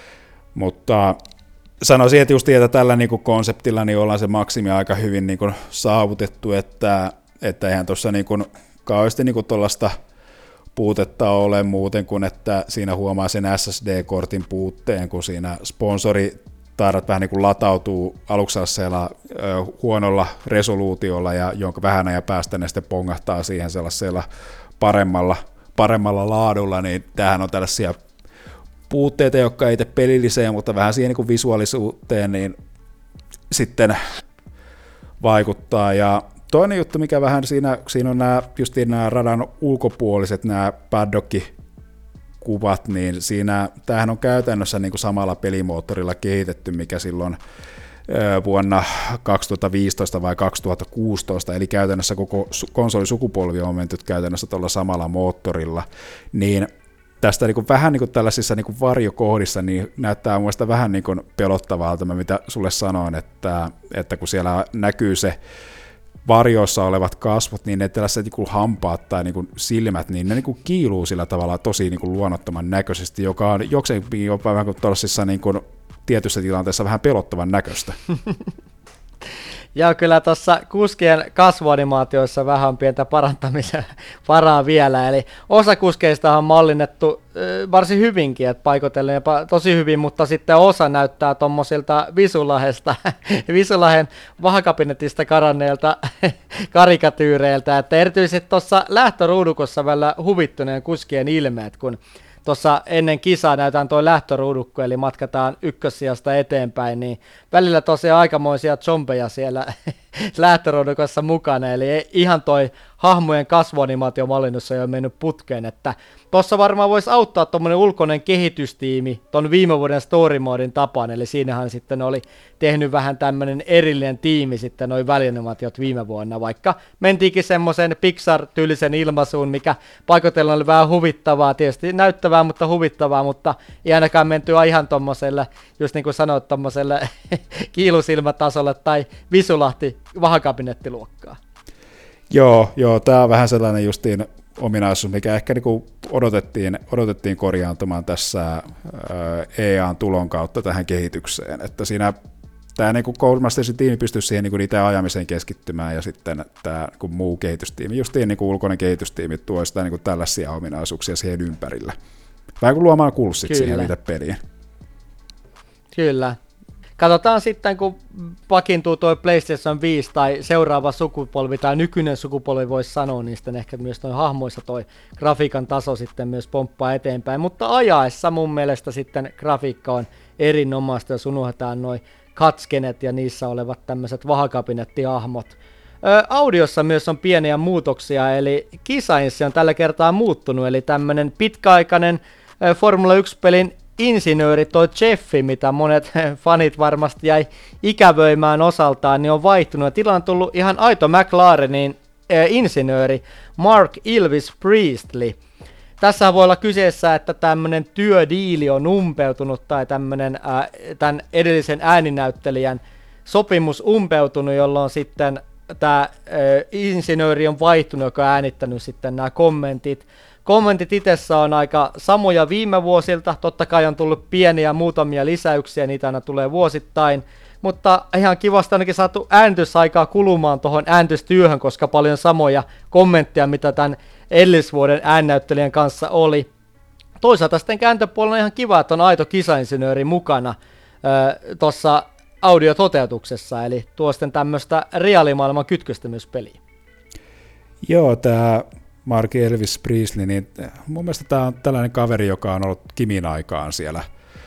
mutta sanoisin, että just että tällä niin kuin konseptilla niin ollaan se maksimi aika hyvin niin kuin saavutettu, että, että eihän tuossa niin kuin kauheasti niin kuin tuollaista puutetta ole muuten kuin, että siinä huomaa sen S S D-kortin puutteen, kun siinä sponsoritaarat vähän niin kuin latautuu aluksi sellaisella ö, huonolla resoluutiolla, ja jonka vähän ajan päästä ne sitten pongahtaa siihen sellaisella paremmalla, paremmalla laadulla, niin tämähän on tällaisia puutteita, jotka ei tee pelilliseen, mutta vähän siihen niin kuin visuaalisuuteen niin sitten vaikuttaa. Ja toinen juttu, mikä vähän siinä, siinä on nämä, justiin nämä radan ulkopuoliset, nämä paddock-kuvat, niin siinä, tämähän on käytännössä niin kuin samalla pelimoottorilla kehitetty, mikä silloin vuonna kaksituhattaviisitoista vai kaksituhattakuusitoista, eli käytännössä koko konsolisukupolvi on menty käytännössä tuolla samalla moottorilla, niin tästä niin kuin, vähän niin kuin tällaisissa niin kuin varjokohdissa niin näyttää muista vähän niin kuin pelottavalta, mitä sulle sanoin, että, että kun siellä näkyy se varjoissa olevat kasvot, niin ne tällaiset niin kuin hampaat tai niin kuin silmät, niin ne niin kuin kiiluu sillä tavalla tosi niin kuin luonnottoman näköisesti, joka on jokseenkin jopa vähän kuin tuollaisissa niin kuin tietyissä tilanteissa vähän pelottavan näköistä. Ja kyllä tuossa kuskien kasvuanimaatioissa vähän on pientä parantamisen varaa vielä, eli osa kuskeista on mallinnettu äh, varsin hyvinkin, että paikotellen jopa tosi hyvin, mutta sitten osa näyttää tuommoisilta Visulahesta, Visulahen vahakabinetista karanneilta karikatyyreiltä, että erityisesti tuossa lähtöruudukossa välillä huvittuneen kuskien ilmeet, kun tuossa ennen kisaa näytään tuo lähtöruudukko, eli matkataan ykkössijasta eteenpäin, niin välillä tosiaan aikamoisia zombeja siellä lähtöruudukossa mukana, eli ihan toi hahmojen kasvuanimaatiomallinnus ei ole mennyt putkeen, että tuossa varmaan voisi auttaa tuommoinen ulkoinen kehitystiimi ton viime vuoden story modin tapaan, eli siinähän sitten oli tehnyt vähän tämmöinen erillinen tiimi sitten noin välianimaatiot viime vuonna, vaikka mentiinkin semmoisen Pixar-tyylisen ilmaisuun, mikä paikoitella oli vähän huvittavaa, tietysti näyttävää, mutta huvittavaa, mutta ei ainakaan menty ihan tommoselle, just niin kuin sanoit, tommoselle kiilusilmätasolle tai Visulahti vahakabinettiluokkaa. Joo, joo, tämä on vähän sellainen justiin ominaisuus, mikä ehkä niinku odotettiin, odotettiin korjaantumaan tässä E A:n tulon kautta tähän kehitykseen, että siinä tämä niinku Codemastersin tiimi pystyy siihen niinku niitä ajamiseen keskittymään, ja sitten tämä niinku muu kehitystiimi, justiin niinku ulkoinen kehitystiimi tuo sitä niinku tällaisia ominaisuuksia siihen ympärille. Vähän kuin luomaan kulssit Kyllä. siihen niitä peliin. Kyllä. Katsotaan sitten, kun vakiintuu tuo PlayStation viisi tai seuraava sukupolvi tai nykyinen sukupolvi voisi sanoa, niin sitten ehkä myös noin hahmoissa toi grafiikan taso sitten myös pomppaa eteenpäin, mutta ajaessa mun mielestä sitten grafiikka on erinomaista, jos unohdetaan noin katskenet ja niissä olevat tämmöiset vahakabinettihahmot. Ö, audiossa myös on pieniä muutoksia, eli kisainssi on tällä kertaa muuttunut, eli tämmönen pitkäaikainen ö, Formula yksi-pelin insinööri, toi Jeffi, mitä monet fanit varmasti jäi ikävöimään osaltaan, niin on vaihtunut. Tila on tullut ihan aito McLarenin äh, insinööri Mark Ilvis Priestley. Tässä voi olla kyseessä, että tämmöinen työdiili on umpeutunut tai tämmöinen äh, tämän edellisen ääninäyttelijän sopimus umpeutunut, jolloin sitten tämä äh, insinööri on vaihtunut, joka on äänittänyt sitten nämä kommentit. Kommentit itsessä on aika samoja viime vuosilta, totta kai on tullut pieniä muutamia lisäyksiä, niitä aina tulee vuosittain, mutta ihan kivasti ainakin saatu ääntysaikaa kulumaan tuohon ääntystyöhön, koska paljon samoja kommentteja, mitä tämän edellisvuoden äännäyttelijän kanssa oli. Toisaalta sitten kääntöpuolella on ihan kiva, että on aito kisainsinööri mukana tuossa audiototeutuksessa, eli tuo sitten tämmöistä reaalimaailman kytköstä myös peliin. Joo, tämä Mark Elvis Priestley, niin mun mielestä tämä on tällainen kaveri, joka on ollut Kimin aikaan siellä,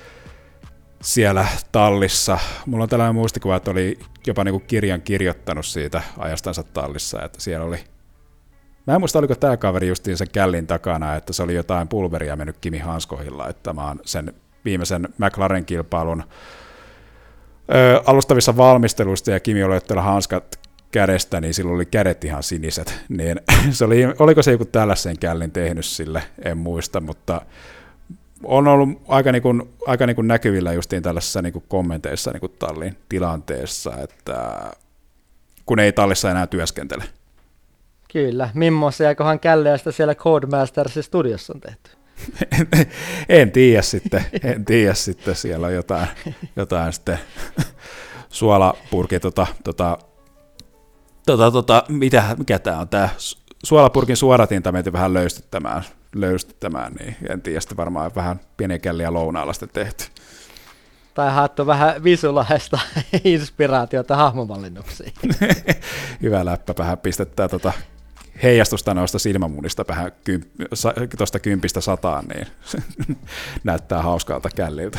siellä tallissa. Mulla on tällainen muistikuva, että oli jopa niinku kirjan kirjoittanut siitä ajastansa tallissa, että siellä oli, mä en muista, oliko tämä kaveri justiin sen källin takana, että se oli jotain pulveria mennyt Kimi hanskoihin laittamaan sen viimeisen McLaren-kilpailun ö, alustavissa valmisteluista, ja Kimi oli ottanut hanskat kädestä, niin silloin oli kädet ihan siniset, niin se oli, oliko se joku tällaisen källin tehnyt sille, en muista, mutta on ollut aika, niin kuin, aika niin kuin näkyvillä justiin tällaisissa niin kuin kommenteissa niin kuin tallin tilanteessa, että kun ei tallissa enää työskentele. Kyllä, millaisia eiköhän källeästä siellä Codemastersin studiossa on tehty? en tiedä sitten, en tiedä sitten, siellä on jotain, jotain sitten suolapurki tota, tota Tota, tota, mitä, mikä tämä on? Tämä suolapurkin suodatinta menty vähän löystyttämään, löystyttämään, niin en tiedä, sitten varmaan vähän pieniä källiä lounaalla sitten tehty. Tai haettu vähän Visulahesta inspiraatiota hahmomallinnuksiin. Hyvä läppä, vähän pistetään tota heijastusta noista silmämunista vähän tuosta kympistä sataan, niin näyttää hauskalta källiltä.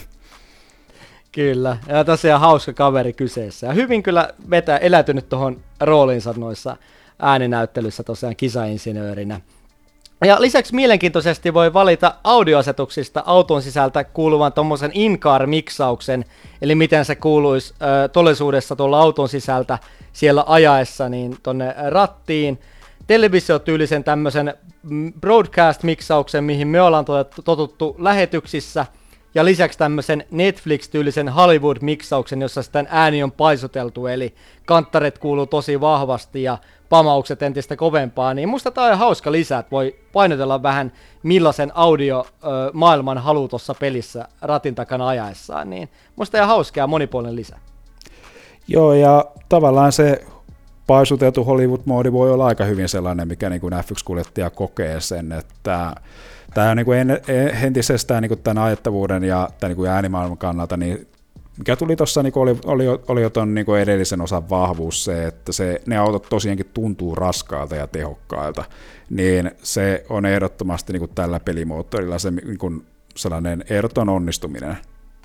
Kyllä, ja tosiaan hauska kaveri kyseessä. Ja hyvin kyllä vetää elätynyt tuohon rooliinsa noissa ääninäyttelyssä tosiaan kisainsinöörinä. Ja lisäksi mielenkiintoisesti voi valita audioasetuksista auton sisältä kuuluvan tuommoisen in-car-miksauksen, eli miten se kuuluisi ö, todellisuudessa tuolla auton sisältä siellä ajaessa niin tonne rattiin. Televisiotyylisen tämmöisen broadcast-miksauksen, mihin me ollaan totuttu lähetyksissä. ja lisäksi tämmöisen Netflix-tyylisen Hollywood-miksauksen, jossa sitten ääni on paisuteltu, eli kanttaret kuuluu tosi vahvasti ja pamaukset entistä kovempaa, niin musta tää on hauska lisä, että voi painotella vähän millaisen audio-maailman halu tuossa pelissä ratin takana ajaessaan, niin musta ihan hauska ja monipuolinen lisä. Joo, ja tavallaan se paisuteltu Hollywood-moodi voi olla aika hyvin sellainen, mikä niin kuin F yksi-kuljettaja kokee sen, että tämä on niin kuin entisestään niin kuin tämän ajettavuuden ja tämän niin kuin äänimaailman kannalta, niin mikä tuli tuossa, niin oli, oli, oli jo tuon niin edellisen osan vahvuus se, että se, ne autot tosiaankin tuntuu raskaalta ja tehokkailta, niin se on ehdottomasti niin kuin tällä pelimoottorilla se niin kuin sellainen ehdoton onnistuminen.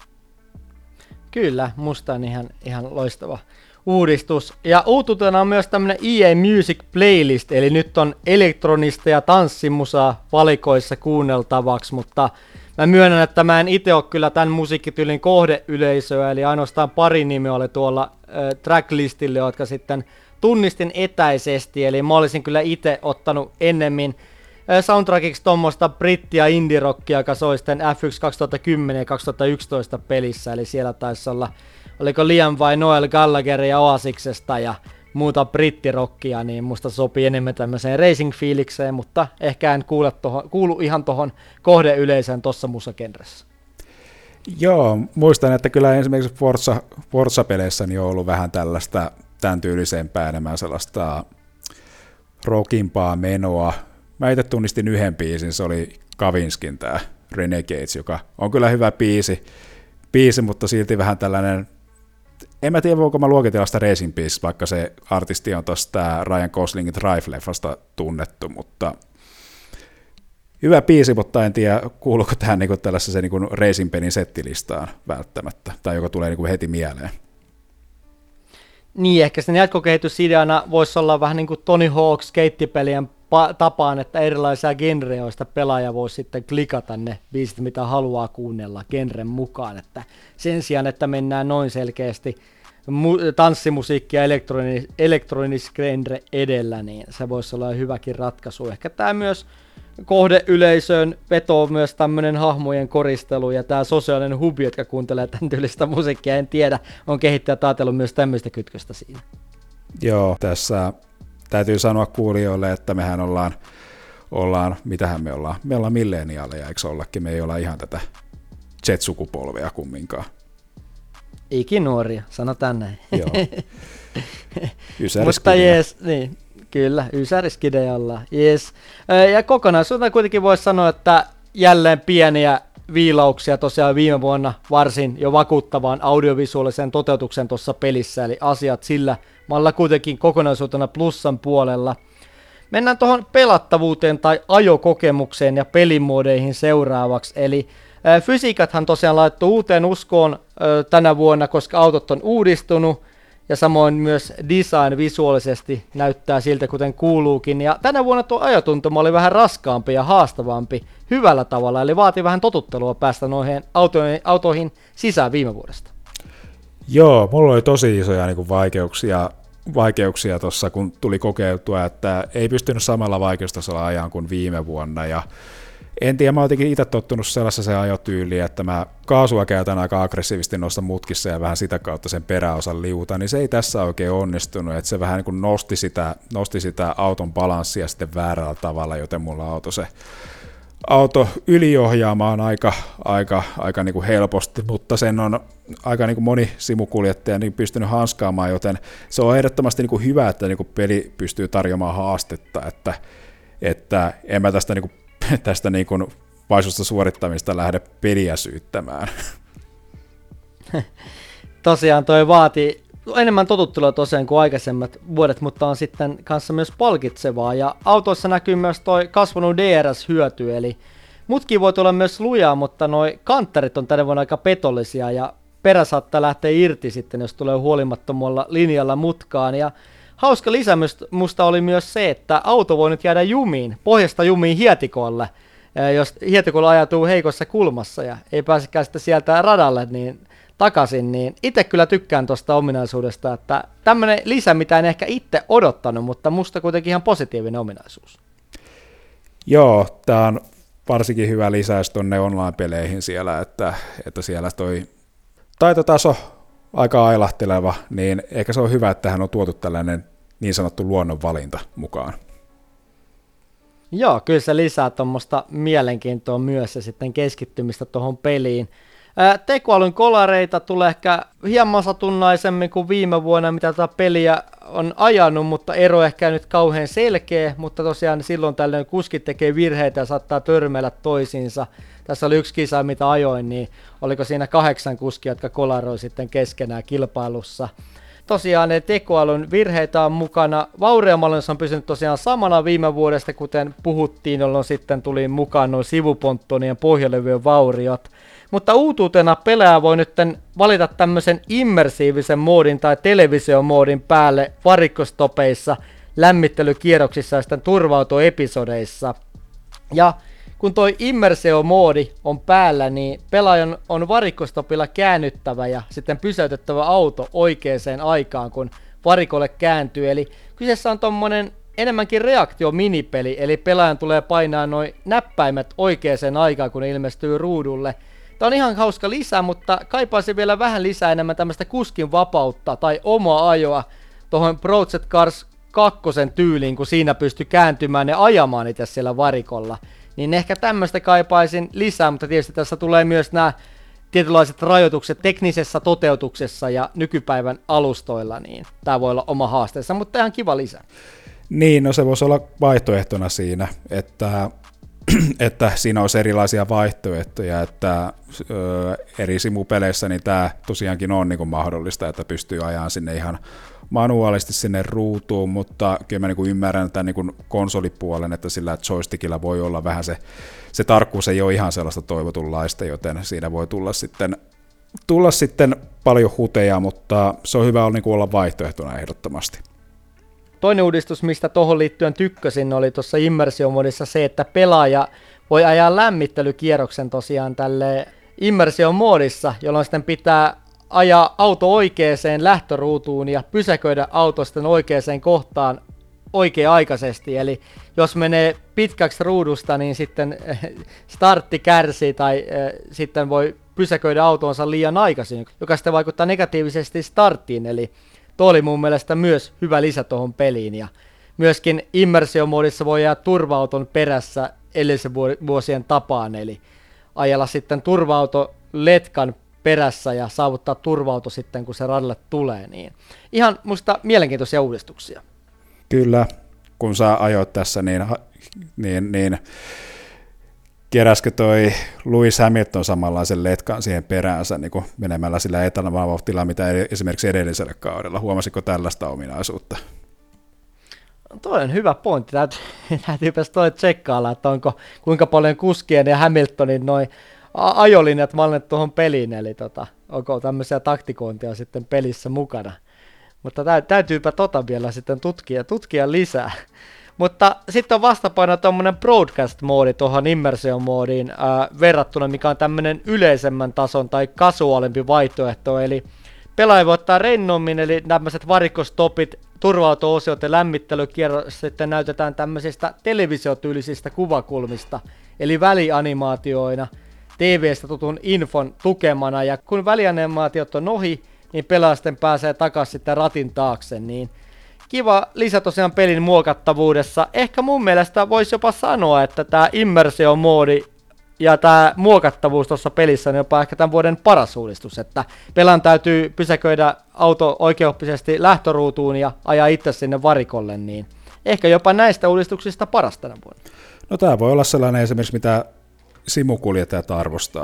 Kyllä, musta on ihan, ihan loistava uudistus. Ja uutuutena on myös tämmönen E A Music Playlist, eli nyt on elektronista ja tanssimusaa valikoissa kuunneltavaksi, mutta mä myönnän, että mä en itse ole kyllä tämän musiikkityylin kohdeyleisöä, eli ainoastaan pari nimeä oli tuolla äh, tracklistille, jotka sitten tunnistin etäisesti, eli mä olisin kyllä itse ottanut ennemmin äh, soundtrackiksi tuommoista britti- ja indie-rockia, joka soi sitten F yksi kaksituhattakymmenen ja kaksituhattayksitoista pelissä, eli siellä taisi olla, oliko Liam vai Noel Gallagher ja Oasiksesta ja muuta brittirockia, niin musta sopii enemmän tämmöiseen racing-fiilikseen, mutta ehkä en kuule tohon, kuulu ihan tohon kohdeyleisön tossa musagenressä. Joo, muistan, että kyllä esimerkiksi Forza, Forza-peleissä niin on ollut vähän tällaista tämän tyylisempää enemmän sellaista rockimpaa menoa. Mä itse tunnistin yhden biisin, se oli Kavinskin tää Renegades, joka on kyllä hyvä biisi, biisi mutta silti vähän tällainen. En mä tiedä, voiko mä luokitella sitä racing biisi, vaikka se artisti on tuosta Ryan Goslingin Drive-leffasta tunnettu, mutta hyvä biisi, mutta en tiedä, kuuluuko tähän niinku tällaiseen niinku racing-pelin settilistaan välttämättä, tai joka tulee niinku heti mieleen. Niin, ehkä sen jatkokehitysideana voisi olla vähän niin kuin Tony Hawk skeittipelien pa- tapaan, että erilaisia genrejä, joista pelaaja voisi sitten klikata ne biisit, mitä haluaa kuunnella genren mukaan, että sen sijaan, että mennään noin selkeästi mu- tanssimusiikki ja elektroni- elektronis genre edellä, niin se voisi olla hyväkin ratkaisu. Ehkä tämä myös kohdeyleisöön vetoo myös tämmöinen hahmojen koristelu ja tämä sosiaalinen hubi, jotka kuuntelee tämän tyylistä musiikkia, en tiedä, on kehittäjät ajatellut myös tämmöistä kytköstä siinä. Joo, tässä täytyy sanoa kuulijoille, että mehän ollaan, ollaan mitähän me ollaan, me ollaan milleniaaleja, eikö ollakin, me ei olla ihan tätä Z-sukupolvea kumminkaan. Ikinuoria, sanotaan näin. Joo. Mutta jees, niin. Kyllä, ysäriskide ollaan. Yes. Ja kokonaisuutena kuitenkin voisi sanoa, että jälleen pieniä viilauksia tosiaan viime vuonna varsin jo vakuuttavaan audiovisuaalisen toteutuksen tuossa pelissä, eli asiat sillä malla kuitenkin kokonaisuutena plussan puolella. Mennään tuohon pelattavuuteen tai ajokokemukseen ja pelimuodeihin seuraavaksi, eli fysiikathan tosiaan laittoi uuteen uskoon tänä vuonna, koska autot on uudistunut, ja samoin myös design visuaalisesti näyttää siltä, kuten kuuluukin. Ja tänä vuonna tuo ajotuntuma oli vähän raskaampi ja haastavampi hyvällä tavalla, eli vaati vähän totuttelua päästä noihin autoihin, autoihin sisään viime vuodesta. Joo, mulla oli tosi isoja niin kuin vaikeuksia vaikeuksia tuossa, kun tuli kokeiltua, että ei pystynyt samalla vaikeustasolla ajan kuin viime vuonna. Ja en tiedä, mä oon jotenkin itse tottunut sellaiseen ajotyyliin, että mä kaasua käytän aika aggressiivisesti noissa mutkissa ja vähän sitä kautta sen peräosan liuta, niin se ei tässä oikein onnistunut, että se vähän niin kuin nosti sitä, nosti sitä auton balanssia sitten väärällä tavalla, joten mulla auto se auto yliohjaamaan aika, aika, aika niin kuin helposti, mutta sen on aika niin kuin moni simukuljettaja niin pystynyt hanskaamaan, joten se on ehdottomasti niin kuin hyvä, että niin kuin peli pystyy tarjoamaan haastetta, että, että en mä tästä niin kuin tästä niin kuin vaisusta suorittamista lähde peliä syyttämään. Tosiaan toi vaatii enemmän totuttelua tosiaan kuin aikaisemmat vuodet, mutta on sitten kanssa myös palkitsevaa. Ja autoissa näkyy myös toi kasvanut D R S-hyöty, eli mutkin voi tulla myös lujaa, mutta noi kanttarit on tänä vuonna aika petollisia ja perä saattaa lähteä irti sitten, jos tulee huolimattomalla linjalla mutkaan. Ja hauska lisä musta oli myös se, että auto voi nyt jäädä jumiin, pohjasta jumiin hietikolle, jos hietikolla ajatuu heikossa kulmassa ja ei pääsekään sitten sieltä radalle niin takaisin, niin itse kyllä tykkään tuosta ominaisuudesta, että tämmöinen lisä, mitä en ehkä itse odottanut, mutta musta kuitenkin ihan positiivinen ominaisuus. Joo, tämä on varsinkin hyvä lisäys tuonne online-peleihin siellä, että, että siellä toi taitotaso aika ailahteleva, niin ehkä se on hyvä, että hän on tuotu tällainen niin sanottu luonnonvalinta mukaan. Joo, kyllä se lisää tuommoista mielenkiintoa myös ja sitten keskittymistä tuohon peliin. Ää, tekoälyn kolareita tulee ehkä hieman satunnaisemmin kuin viime vuonna, mitä tätä peliä on ajanut, mutta ero ehkä nyt kauhean selkeä, mutta tosiaan silloin tällöin kuskit tekee virheitä ja saattaa törmäillä toisiinsa. Tässä oli yksi kisa, mitä ajoin, niin oliko siinä kahdeksan kuskia, jotka kolaroi sitten keskenään kilpailussa. Tosiaan ne tekoälyn virheitä on mukana. Vaureamallennus on pysynyt tosiaan samana viime vuodesta, kuten puhuttiin, jolloin sitten tuli mukaan noin sivuponttonien pohjalevyjen vauriot. Mutta uutuutena pelaaja voi nyt valita tämmöisen immersiivisen moodin tai televisiomoodin päälle varikkostopeissa, lämmittelykierroksissa ja sitten turvautoepisodeissa. Ja kun toi immersio-moodi on päällä, niin pelaajan on varikkostopilla käännyttävä ja sitten pysäytettävä auto oikeaan aikaan, kun varikolle kääntyy. Eli kyseessä on tommonen enemmänkin reaktio-minipeli, eli pelaajan tulee painaa noin näppäimet oikeaan aikaan, kun ne ilmestyy ruudulle. Tämä on ihan hauska lisä, mutta kaipaisin vielä vähän lisää enemmän tämmöistä kuskin vapautta tai omaa ajoa tuohon Project Cars kakkosen tyyliin, kun siinä pystyy kääntymään ja ajamaan itse siellä varikolla. Niin ehkä tämmöistä kaipaisin lisää, mutta tietysti tässä tulee myös nämä tietynlaiset rajoitukset teknisessä toteutuksessa ja nykypäivän alustoilla, niin tämä voi olla oma haasteensa, mutta ihan kiva lisä. Niin, no se voisi olla vaihtoehtona siinä, että, että siinä olisi erilaisia vaihtoehtoja, että ö, eri simupeleissä niin tämä tosiaankin on niin kuin mahdollista, että pystyy ajamaan sinne ihan manuaalisesti sinne ruutuun, mutta kyllä mä niin ymmärrän tämän niin konsolipuolen, että sillä joystickilla voi olla vähän se, se tarkkuus ei ole ihan sellaista toivotunlaista, joten siinä voi tulla sitten, tulla sitten paljon huteja, mutta se on hyvä olla, niin olla vaihtoehtona ehdottomasti. Toinen uudistus, mistä tuohon liittyen tykkäsin, oli tuossa immersiomodissa se, että pelaaja voi ajaa lämmittelykierroksen tosiaan tälle immersiomodissa, jolloin sitten pitää ajaa auto oikeaan lähtöruutuun ja pysäköidä auto sitten oikeaan kohtaan oikea-aikaisesti. Eli jos menee pitkäksi ruudusta, niin sitten startti kärsii tai äh, sitten voi pysäköidä autonsa liian aikaisin, joka sitten vaikuttaa negatiivisesti starttiin. Eli tuo oli mun mielestä myös hyvä lisä tuohon peliin. Ja myöskin immersiomodissa voi jäädä turva-auton perässä edellisen vuosien tapaan, eli ajella sitten turva-auto letkan perässä ja saavuttaa turva-auto sitten, kun se radalle tulee. Niin ihan musta mielenkiintoisia uudistuksia. Kyllä, kun sä ajoit tässä, niin, niin, niin keräskö toi Lewis Hamilton samanlaisen letkan siihen peräänsä niin kuin menemällä sillä etanavauhtilla, mitä esimerkiksi edellisellä kaudella? Huomasitko tällaista ominaisuutta? Toi on hyvä pointti. Täytyy, täytyypäs toi tsekkailla, että onko kuinka paljon kuskien ja Hamiltonin noin ajolinjat mallinnut tuohon peliin, eli tota, onko tämmöisiä taktikointia sitten pelissä mukana. Mutta tä, täytyypä tota vielä sitten tutkia, tutkia lisää. Mutta sitten on vastapaino tuommoinen broadcast-moodi tuohon immersion-moodiin ää, verrattuna, mikä on tämmöinen yleisemmän tason tai kasuaalimpi vaihtoehto, eli pelaaja voi ottaa rennommin, eli tämmöiset varikkostopit, turva-auto-osiot ja lämmittelykierros sitten näytetään tämmöisistä televisiotyylisistä kuvakulmista, eli välianimaatioina, T V:stä tutun infon tukemana, ja kun välianimaatiot on ohi, niin pelaaja sitten pääsee takaisin sitten ratin taakse, niin kiva lisä tosiaan pelin muokattavuudessa. Ehkä mun mielestä voisi jopa sanoa, että tämä immersion-moodi ja tämä muokattavuus tuossa pelissä on jopa ehkä tämän vuoden paras uudistus, että pelan täytyy pysäköidä auto oikeoppisesti lähtöruutuun ja ajaa itse sinne varikolle, niin ehkä jopa näistä uudistuksista paras tänä vuonna. No tämä voi olla sellainen esimerkiksi, mitä simukuljettajat arvostaa.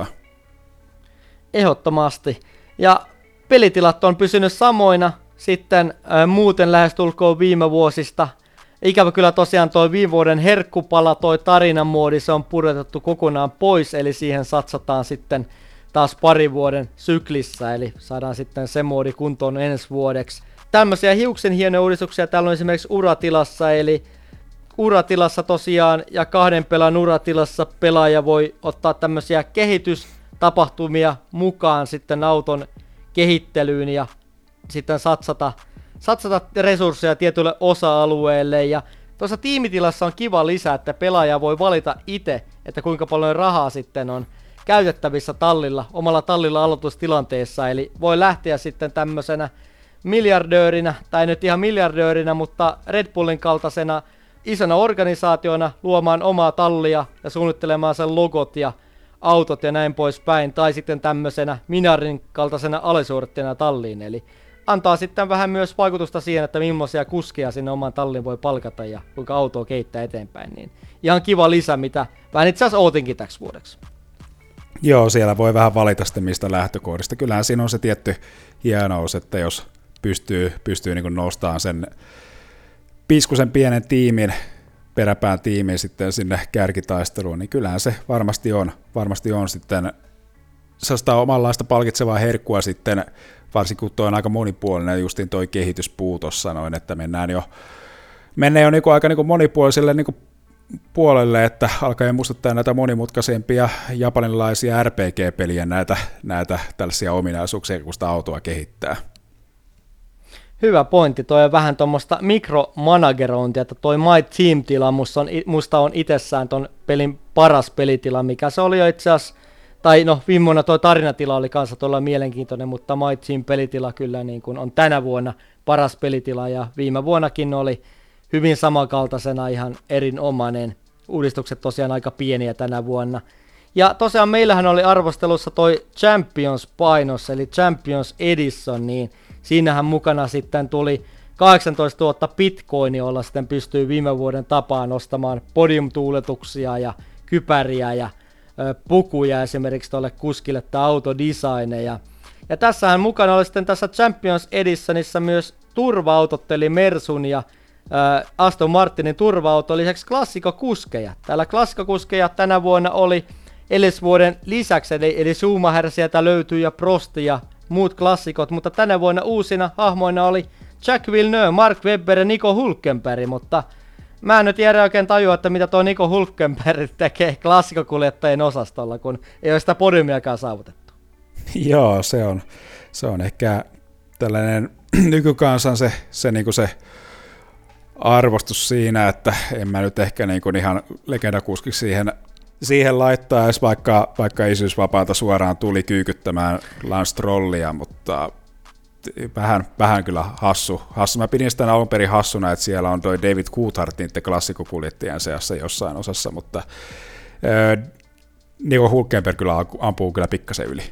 Ehdottomasti. Ja pelitilat on pysynyt samoina sitten äh, muuten lähestulkoon viime vuosista. Ikävä kyllä tosiaan toi viime vuoden herkkupala, toi tarinan moodi, se on pudotettu kokonaan pois, eli siihen satsataan sitten taas parin vuoden syklissä, eli saadaan sitten se moodi kuntoon ensi vuodeksi. Tämmöisiä hiuksen hienoja uudistuksia täällä on esimerkiksi uratilassa, eli uratilassa tosiaan ja kahden pelan uratilassa pelaaja voi ottaa tämmöisiä kehitystapahtumia mukaan sitten auton kehittelyyn ja sitten satsata, satsata resursseja tietylle osa-alueelle, ja Tuossa tiimitilassa on kiva lisää, että pelaaja voi valita itse, että kuinka paljon rahaa sitten on käytettävissä tallilla, omalla tallilla aloitustilanteessa, eli voi lähteä sitten tämmöisenä miljardöörinä, tai nyt ihan miljardöörinä, mutta Red Bullin kaltaisena isona organisaationa luomaan omaa tallia ja suunnittelemaan sen logot ja autot ja näin poispäin, tai sitten tämmöisenä Minarin kaltaisena alisuorittajana talliin, eli antaa sitten vähän myös vaikutusta siihen, että millaisia kuskeja sinne oman tallin voi palkata ja kuinka autoa keittää eteenpäin, niin ihan kiva lisä, mitä vähän itse asiassa ootinkin täksi vuodeksi. Joo, siellä voi vähän valita sitten mistä lähtökohdista. Kyllähän siinä on se tietty hienous, että jos pystyy, pystyy niin kuin nostamaan sen piskusen pienen tiimin, peräpään tiimiin sitten sinne kärkitaisteluun, niin kyllähän se varmasti on, varmasti on sitten sellaista omanlaista palkitsevaa herkkua sitten, varsinkin kun tuo on aika monipuolinen, justiin toi kehityspuu tuossa noin, että mennään jo, mennään jo niinku aika niinku monipuoliselle niinku puolelle, että alkaa muistuttaa näitä monimutkaisempia japanilaisia R P G-pelejä, näitä, näitä tällaisia ominaisuuksia, kun sitä autoa kehittää. Hyvä pointti, toi on vähän tuommoista mikromanagerointia, että toi My Team-tila musta on, musta on itsessään ton pelin paras pelitila, mikä se oli jo itse asiassa, tai no viime vuonna toi tarinatila oli kanssa tuolla mielenkiintoinen, mutta My Team-pelitila kyllä niin kuin on tänä vuonna paras pelitila, ja viime vuonnakin oli hyvin samankaltaisena ihan erinomainen. Uudistukset tosiaan aika pieniä tänä vuonna. Ja tosiaan meillähän oli arvostelussa toi Champions-painos, eli Champions Edition, niin siinähän mukana sitten tuli kahdeksantoistatuhatta bitcoinia, jolla sitten pystyy viime vuoden tapaan ostamaan podium-tuuletuksia ja kypäriä ja ö, pukuja esimerkiksi tuolle kuskille tai autodesigneja. Ja tässähän mukana oli sitten tässä Champions Editionissa myös turva-autot, eli Mersun ja ö, Aston Martinin turva-auto, lisäksi klassikkokuskeja. Täällä klassikkokuskeja tänä vuonna oli edellisvuoden lisäksi, eli, eli Schumacher sieltä löytyy ja Prost ja muut klassikot, mutta tänä vuonna uusina hahmoina oli Jack Villeneuve, Mark Webber ja Nico Hülkenberg, mutta mä en nyt tiedä oikein tajua, että mitä tuo Nico Hülkenberg tekee klassikkokuljettajien osastolla, kun ei ole sitä podiumiakaan saavutettu. Joo, se on, se on ehkä tällainen nykykansan se, se, niin kuin se arvostus siinä, että en mä nyt ehkä niin kuin ihan legendakuskiksi siihen Siihen laittaa edes vaikka, vaikka isyysvapaata suoraan tuli kyykyttämään Lance Strollia, mutta vähän, vähän kyllä hassu. hassu. Mä pidin sitä alun perin hassuna, että siellä on toi David Coulthard niiden klassikkokuljettajien seassa jossain osassa, mutta äh, Nico Hülkenberg kyllä ampuu kyllä pikkasen yli.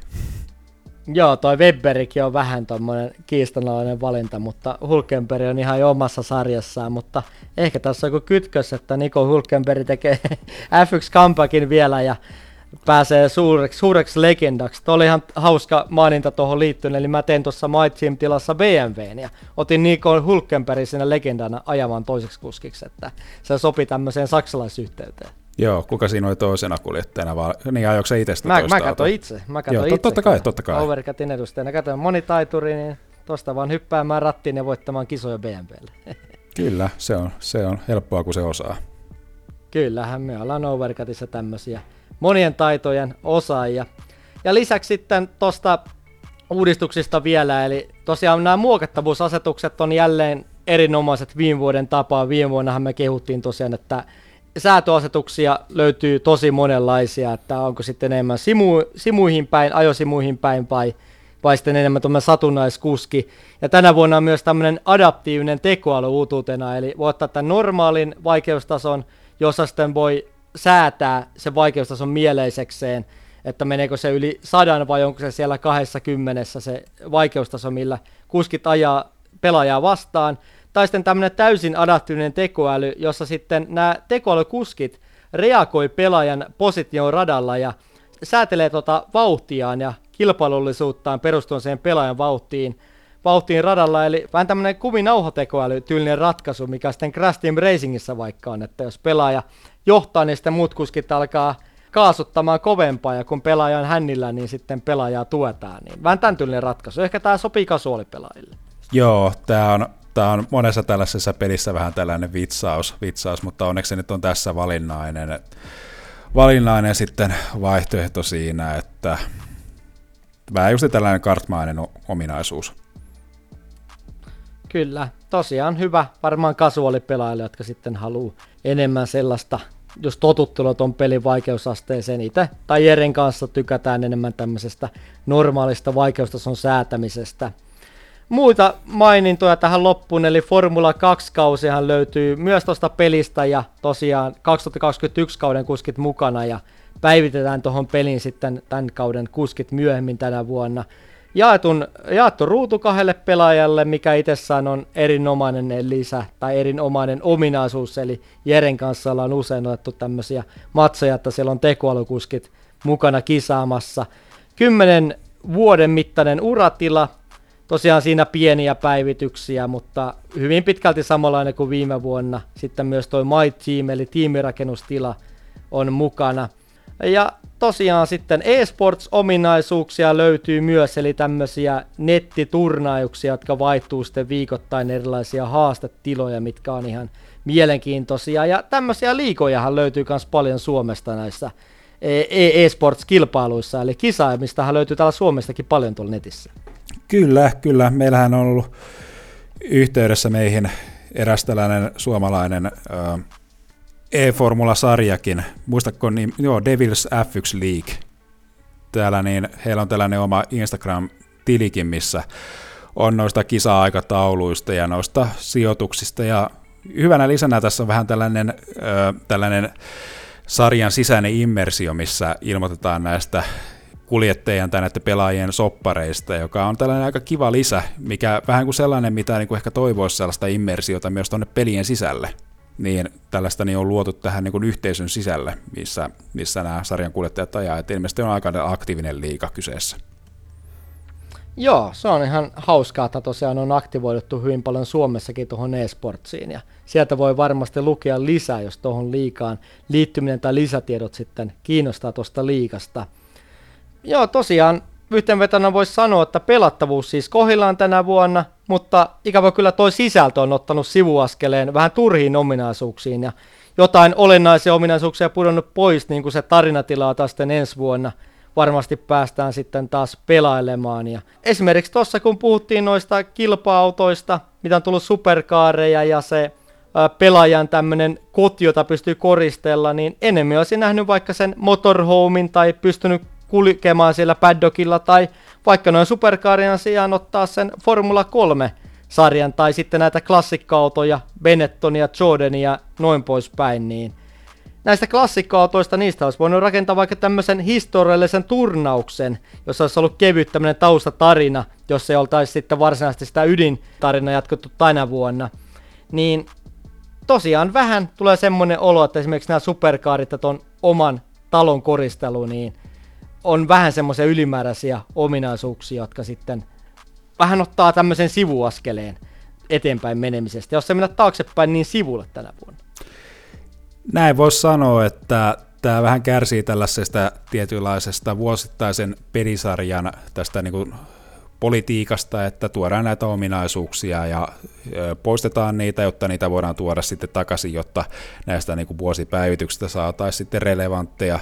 Joo, toi Webberikin on vähän tommonen kiistanalainen valinta, mutta Hülkenberg on ihan jo omassa sarjassaan, mutta ehkä tässä on joku kytkös, että Nico Hülkenberg tekee F yksi comebackin vielä ja pääsee suureksi, suureksi legendaksi. Tuo oli ihan hauska maininta tuohon liittyen, eli mä tein tuossa My Team-tilassa B M W:n ja otin Nico Hülkenbergin siinä legendana ajamaan toiseksi kuskiksi, että se sopi tämmöiseen saksalaisyhteyteen. Joo, kuka siinä oli toisena kuljettajana, vaan niin ajoiko se itse sitä mä, toista mä katsoin itse, mä katsoin Joo, itse. Totta kai, totta kai. Overcatin edustajana, katsoin monitaituri, niin tosta vaan hyppäämään rattiin ja voittamaan kisoja B M W:lle. Kyllä, se on, se on helppoa, kun se osaa. Kyllähän me ollaan Overcatissa tämmöisiä monien taitojen osaajia. Ja lisäksi sitten tosta uudistuksista vielä, eli tosiaan nämä muokattavuusasetukset on jälleen erinomaiset viime vuoden tapaan. Viime vuonnahan me kehuttiin tosiaan, että säätöasetuksia löytyy tosi monenlaisia, että onko sitten enemmän simu, simuihin päin, ajosimuihin päin vai, vai sitten enemmän tuommoinen satunnaiskuski. Ja tänä vuonna on myös tämmöinen adaptiivinen tekoäly uutuutena, eli voi ottaa tämän normaalin vaikeustason, jossa sitten voi säätää sen vaikeustason mieleisekseen, että meneekö se yli sadan vai onko se siellä kahdessakymmenessä se vaikeustaso, millä kuskit ajaa pelaajaa vastaan. Tai sitten tämmöinen täysin adaptiivinen tekoäly, jossa sitten nämä tekoälykuskit reagoi pelaajan positioon radalla ja säätelee tota vauhtiaan ja kilpailullisuuttaan perustuen siihen pelaajan vauhtiin, vauhtiin radalla. Eli vähän tämmöinen kuminauhotekoäly tyylinen ratkaisu, mikä sitten Crash Team Racingissa vaikka on, että jos pelaaja johtaa, niin sitten muut kuskit alkaa kaasuttamaan kovempaa ja kun pelaaja on hännillä, niin sitten pelaajaa tuetaan. Niin vähän tämän tyylinen ratkaisu. Ehkä tämä sopii kasuaalipelaajille. Joo, tämä on Tämä on monessa tällaisessa pelissä vähän tällainen vitsaus, vitsaus, mutta onneksi se nyt on tässä valinnainen, valinnainen sitten vaihtoehto siinä, että vähän just tällainen kartmainen ominaisuus. Kyllä, tosiaan hyvä varmaan kasuaalipelaajille, jotka sitten haluaa enemmän sellaista, jos totuttelua ton pelin vaikeusasteeseen itse tai Jeren kanssa tykätään enemmän tämmöisestä normaalista vaikeustason säätämisestä. Muita mainintoja tähän loppuun, eli Formula kaksi-kausihan löytyy myös tuosta pelistä ja tosiaan kaksituhattakaksikymmentäyksi kauden kuskit mukana ja päivitetään tuohon pelin sitten tämän kauden kuskit myöhemmin tänä vuonna. Jaetun, jaettu ruutu kahdelle pelaajalle, mikä itsessään on erinomainen lisä tai erinomainen ominaisuus, eli Jeren kanssa ollaan usein otettu tämmöisiä matseja, että siellä on tekoälykuskit mukana kisaamassa. Kymmenen vuoden mittainen uratila, tosiaan siinä pieniä päivityksiä, mutta hyvin pitkälti samanlainen kuin viime vuonna. Sitten myös toi My Team, eli tiimirakennustila on mukana. Ja tosiaan sitten eSports-ominaisuuksia löytyy myös, eli tämmöisiä nettiturnauksia, jotka vaihtuu sitten viikoittain erilaisia haastetiloja, mitkä on ihan mielenkiintoisia. Ja tämmöisiä liigojahan löytyy myös paljon Suomesta näissä eSports-kilpailuissa, eli kisaamistahan löytyy täällä Suomestakin paljon tuolla netissä. Kyllä, kyllä. Meillähän on ollut yhteydessä meihin eräs tällainen suomalainen äh, e-formula-sarjakin, muistatko, niin, joo, Devils F yksi League. Täällä niin, heillä on tällainen oma Instagram-tilikin, missä on noista kisa-aikatauluista ja noista sijoituksista, ja hyvänä lisänä tässä on vähän tällainen, ö, tällainen sarjan sisäinen immersio, missä ilmoitetaan näistä kuljettajien tai näiden pelaajien soppareista, joka on tällainen aika kiva lisä, mikä vähän kuin sellainen, mitä niin kuin ehkä toivoisi sellaista immersiota myös tuonne pelien sisälle. Niin tällaista niin on luotu tähän niin kuin yhteisön sisälle, missä, missä nämä sarjan kuljettajat ajaa, että ilmeisesti on aika aktiivinen liiga kyseessä. Joo, se on ihan hauskaa, että tosiaan on aktivoiduttu hyvin paljon Suomessakin tuohon eSportsiin, ja sieltä voi varmasti lukea lisää, jos tuohon liigaan liittyminen tai lisätiedot sitten kiinnostaa tuosta liigasta. Joo, tosiaan yhteenvetona voisi sanoa, että pelattavuus siis kohdillaan tänä vuonna, mutta ikävä kyllä toi sisältö on ottanut sivuaskeleen vähän turhiin ominaisuuksiin ja jotain olennaisia ominaisuuksia pudonnut pois, niin kuin se tarinatilaa taas sitten ensi vuonna varmasti päästään sitten taas pelailemaan. Ja esimerkiksi tuossa kun puhuttiin noista kilpa-autoista, mitä on tullut superkaareja ja se ää, pelaajan tämmöinen koti, jota pystyy koristella, niin enemmän olisin nähnyt vaikka sen motorhomin tai pystynyt kulkemaan siellä paddockilla tai vaikka noin superkaarien sijaan ottaa sen Formula kolme-sarjan tai sitten näitä klassikkoautoja, Benettonia, Jordania ja noin poispäin, niin näistä klassikkoautoista niistä olisi voinut rakentaa vaikka tämmöisen historiallisen turnauksen, jossa olisi ollut kevyt tämmöinen taustatarina, jos ei oltaisi sitten varsinaisesti sitä ydintarinaa jatkettu tänä vuonna. Niin tosiaan vähän tulee semmoinen olo, että esimerkiksi nämä superkaarit ja ton oman talon koristelu, niin on vähän semmoisia ylimääräisiä ominaisuuksia, jotka sitten vähän ottaa tämmöisen sivuaskeleen eteenpäin menemisestä, jos se mennä taaksepäin niin sivulle tänä vuonna. Näin voisi sanoa, että tämä vähän kärsii tällaisesta tietynlaisesta vuosittaisen pelisarjan tästä niin kuin politiikasta, että tuodaan näitä ominaisuuksia ja poistetaan niitä, jotta niitä voidaan tuoda sitten takaisin, jotta näistä niin kuin vuosipäivityksistä saataisiin sitten relevantteja.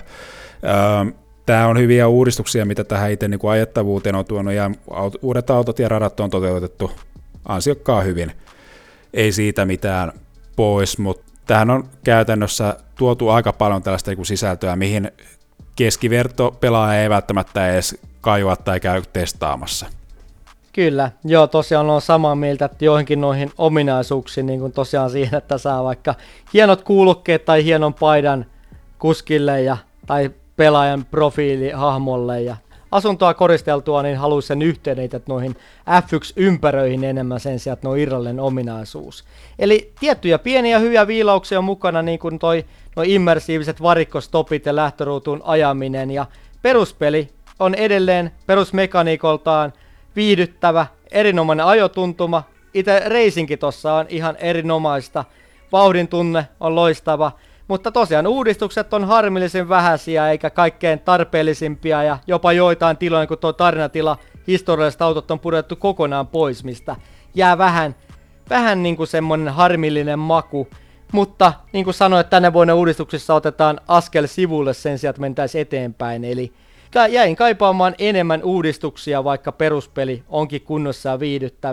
Tämä on hyviä uudistuksia, mitä tähän itse niin kuin ajettavuuteen on tuonut, ja uudet autot ja radat on toteutettu ansiokkaan hyvin. Ei siitä mitään pois, mutta tähän on käytännössä tuotu aika paljon tällaista niin kuin sisältöä, mihin keskivertopelaaja ei välttämättä edes kajoa tai käy testaamassa. Kyllä, joo, tosiaan on samaa mieltä, että joihinkin noihin ominaisuuksiin, niin kuin tosiaan siihen, että saa vaikka hienot kuulokkeet tai hienon paidan kuskille ja, tai pelaajan profiilihahmolle ja asuntoa koristeltua, niin haluaisi sen yhteyden että noihin F yksi-ympäröihin enemmän sen sijaan, että ne on irrallinen ominaisuus. Eli tiettyjä pieniä hyviä viilauksia on mukana, niin kuin toi noi immersiiviset varikkostopit ja lähtöruutuun ajaminen, ja peruspeli on edelleen perusmekaniikoltaan viihdyttävä, erinomainen ajotuntuma. Itse reisinkin tossa on ihan erinomaista, vauhdin tunne on loistava, mutta tosiaan uudistukset on harmillisen vähäisiä eikä kaikkein tarpeellisimpia, ja jopa joitain tiloja, niin kuin tuo tarinatila, historialliset autot on pudotettu kokonaan pois, mistä jää vähän, vähän niin kuin semmoinen harmillinen maku. Mutta niin kuin sanoin, että tänä vuonna uudistuksissa otetaan askel sivulle sen sijaan, että mentäisiin eteenpäin. Eli jäin kaipaamaan enemmän uudistuksia, vaikka peruspeli onkin kunnossa ja viihdyttävä.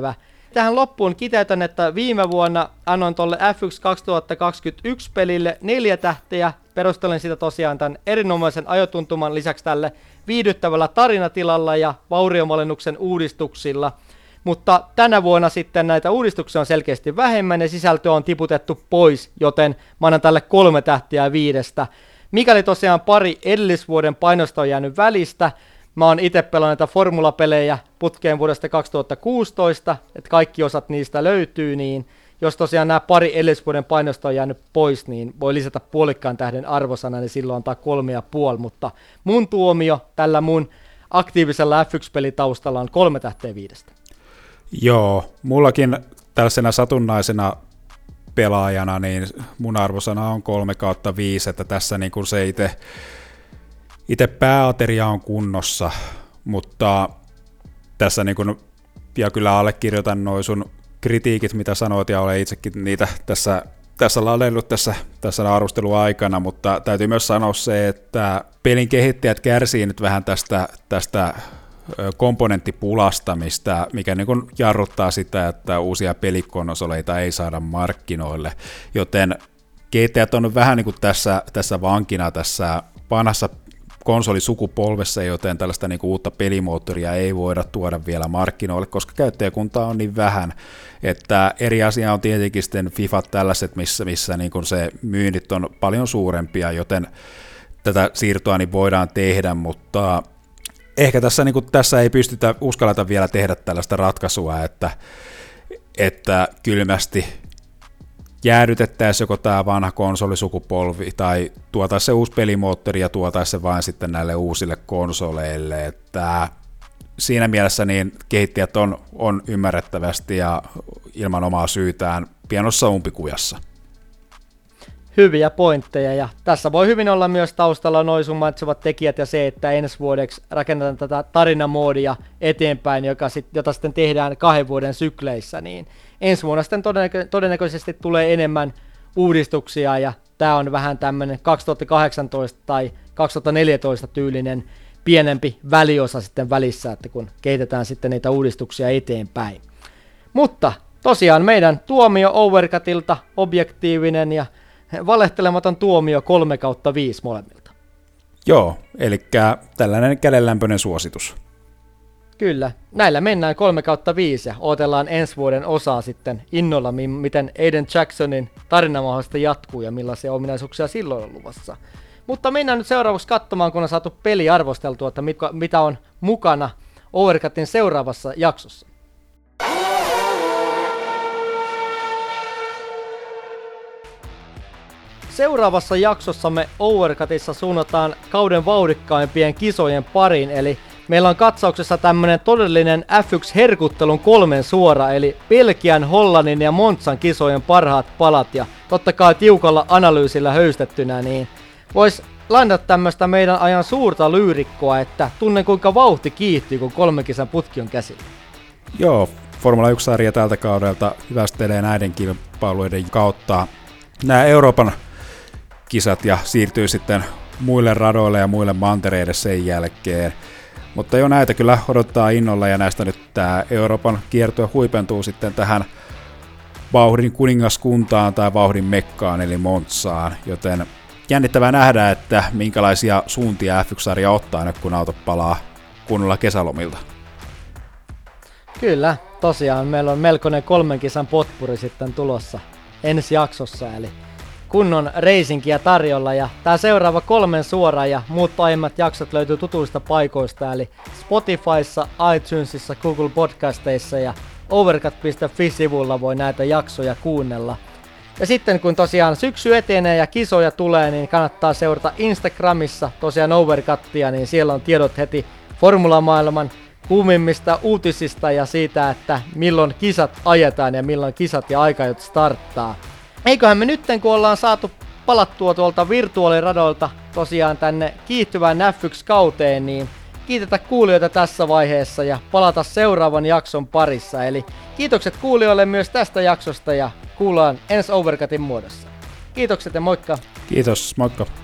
Tähän loppuun kiteytän, että viime vuonna annoin tuolle F yksi kaksituhattakaksikymmentäyksi pelille neljä tähteä. Perustelen sitä tosiaan tämän erinomaisen ajotuntuman lisäksi tälle viihdyttävällä tarinatilalla ja vauriomalennuksen uudistuksilla. Mutta tänä vuonna sitten näitä uudistuksia on selkeästi vähemmän ja sisältöä on tiputettu pois, joten mä annan tälle kolme tähtiä viidestä. Mikäli tosiaan pari edellisvuoden painosta on jäänyt välistä, mä oon itse pelannut näitä formulapelejä putkeen vuodesta kaksituhattakuusitoista, että kaikki osat niistä löytyy, niin jos tosiaan nämä pari edellisvuoden painosta on jäänyt pois, niin voi lisätä puolikkaan tähden arvosana, niin silloin antaa kolme ja puoli, mutta mun tuomio tällä mun aktiivisella F yksi -pelitaustalla on kolme tähteä viidestä. Joo, mullakin tällaisena satunnaisena pelaajana, niin mun arvosana on kolme kautta viisi, että tässä niin kuin se itse, itse pääateria on kunnossa, mutta tässä niin kuin, ja kyllä allekirjoitan noi sun kritiikit, mitä sanoit, ja olen itsekin niitä tässä, tässä ladellut tässä, tässä arvosteluaikana, mutta täytyy myös sanoa se, että pelin kehittäjät kärsii nyt vähän tästä, tästä komponenttipulasta, mistä, mikä niin kuin jarruttaa sitä, että uusia pelikonsoleita ei saada markkinoille, joten kehittäjät on vähän niin kuin tässä, tässä vankina tässä vanhassa konsolisukupolvessa, joten tällaista niin kuin uutta pelimoottoria ei voida tuoda vielä markkinoille, koska käyttäjäkuntaa on niin vähän, että eri asia on tietenkin sitten FIFAt tällaiset, missä, missä niin kuin se myynnit on paljon suurempia, joten tätä siirtoa niin voidaan tehdä, mutta ehkä tässä, niin kuin, tässä ei pystytä, uskalleta vielä tehdä tällaista ratkaisua, että, että kylmästi jäädytettäisiin joko tämä vanha konsolisukupolvi tai tuotaisiin se uusi pelimoottori ja tuotaisiin se vain sitten näille uusille konsoleille, että siinä mielessä niin kehittäjät on, on ymmärrettävästi ja ilman omaa syytään pienossa umpikujassa. Hyviä pointteja, ja tässä voi hyvin olla myös taustalla noin sun mainitsevat tekijät ja se, että ensi vuodeksi rakennetaan tätä tarinamoodia eteenpäin, joka sit, jota sitten tehdään kahden vuoden sykleissä, niin ensi vuonna sitten todennäkö- todennäköisesti tulee enemmän uudistuksia, ja tämä on vähän tämmöinen kaksituhattakahdeksantoista tai kaksituhattaneljätoista tyylinen pienempi väliosa sitten välissä, että kun kehitetään sitten niitä uudistuksia eteenpäin. Mutta tosiaan meidän tuomio Overcutilta objektiivinen ja valehtelematon tuomio kolme kautta viisi molemmilta. Joo, eli tällainen kädenlämpöinen suositus. Kyllä, näillä mennään kolme kautta viisi ja odotellaan ensi vuoden osaa sitten innolla, miten Aiden Jacksonin tarina mahdollisesti jatkuu ja millaisia ominaisuuksia silloin on luvassa. Mutta mennään nyt seuraavaksi katsomaan, kun on saatu peli arvosteltua, että mitä on mukana Overcutin seuraavassa jaksossa. Seuraavassa jaksossamme Overcutissa suunnataan kauden vauhdikkaimpien kisojen pariin, eli meillä on katsauksessa tämmönen todellinen F yksi -herkuttelun kolmen suora, eli Belgian, Hollannin ja Monzan kisojen parhaat palat, ja totta kai tiukalla analyysillä höystettynä, niin vois lainata tämmöstä meidän ajan suurta lyyrikkoa, että tunnen kuinka vauhti kiihtyy, kun kolmen kisan putki on käsillä. Joo, Formula yksi-sarja tältä kaudelta hyvästelee näiden kilpailuiden kautta nämä Euroopan kisat ja siirtyy sitten muille radoille ja muille mantereille sen jälkeen. Mutta jo näitä kyllä odottaa innolla ja näistä nyt tämä Euroopan kiertue huipentuu sitten tähän vauhdin kuningaskuntaan tai vauhdin mekkaan eli Monzaan, joten jännittävää nähdä, että minkälaisia suuntia F yksi-sarja ottaa nyt kun auto palaa kunnolla kesälomilta. Kyllä, tosiaan meillä on melkoinen kolmen kisan potpuri sitten tulossa ensi jaksossa, eli kunnon reisinkiä tarjolla, ja tää seuraava kolmen suora ja muut aiemmat jaksot löytyy tutuista paikoista, eli Spotifyssa, iTunesissa, Google Podcasteissa ja overcut piste fi-sivulla voi näitä jaksoja kuunnella. Ja sitten kun tosiaan syksy etenee ja kisoja tulee, niin kannattaa seurata Instagramissa tosiaan Overcuttia, niin siellä on tiedot heti formulamaailman kuumimmista uutisista ja siitä, että milloin kisat ajetaan ja milloin kisat ja aikajot starttaa. Eiköhän me nytten, kun ollaan saatu palattua tuolta virtuaaliradoilta tosiaan tänne kiihtyvään F yksi -kauteen, niin kiitetä kuulijoita tässä vaiheessa ja palata seuraavan jakson parissa. Eli kiitokset kuulijoille myös tästä jaksosta ja kuullaan ensi Overcutin muodossa. Kiitokset ja moikka! Kiitos, moikka!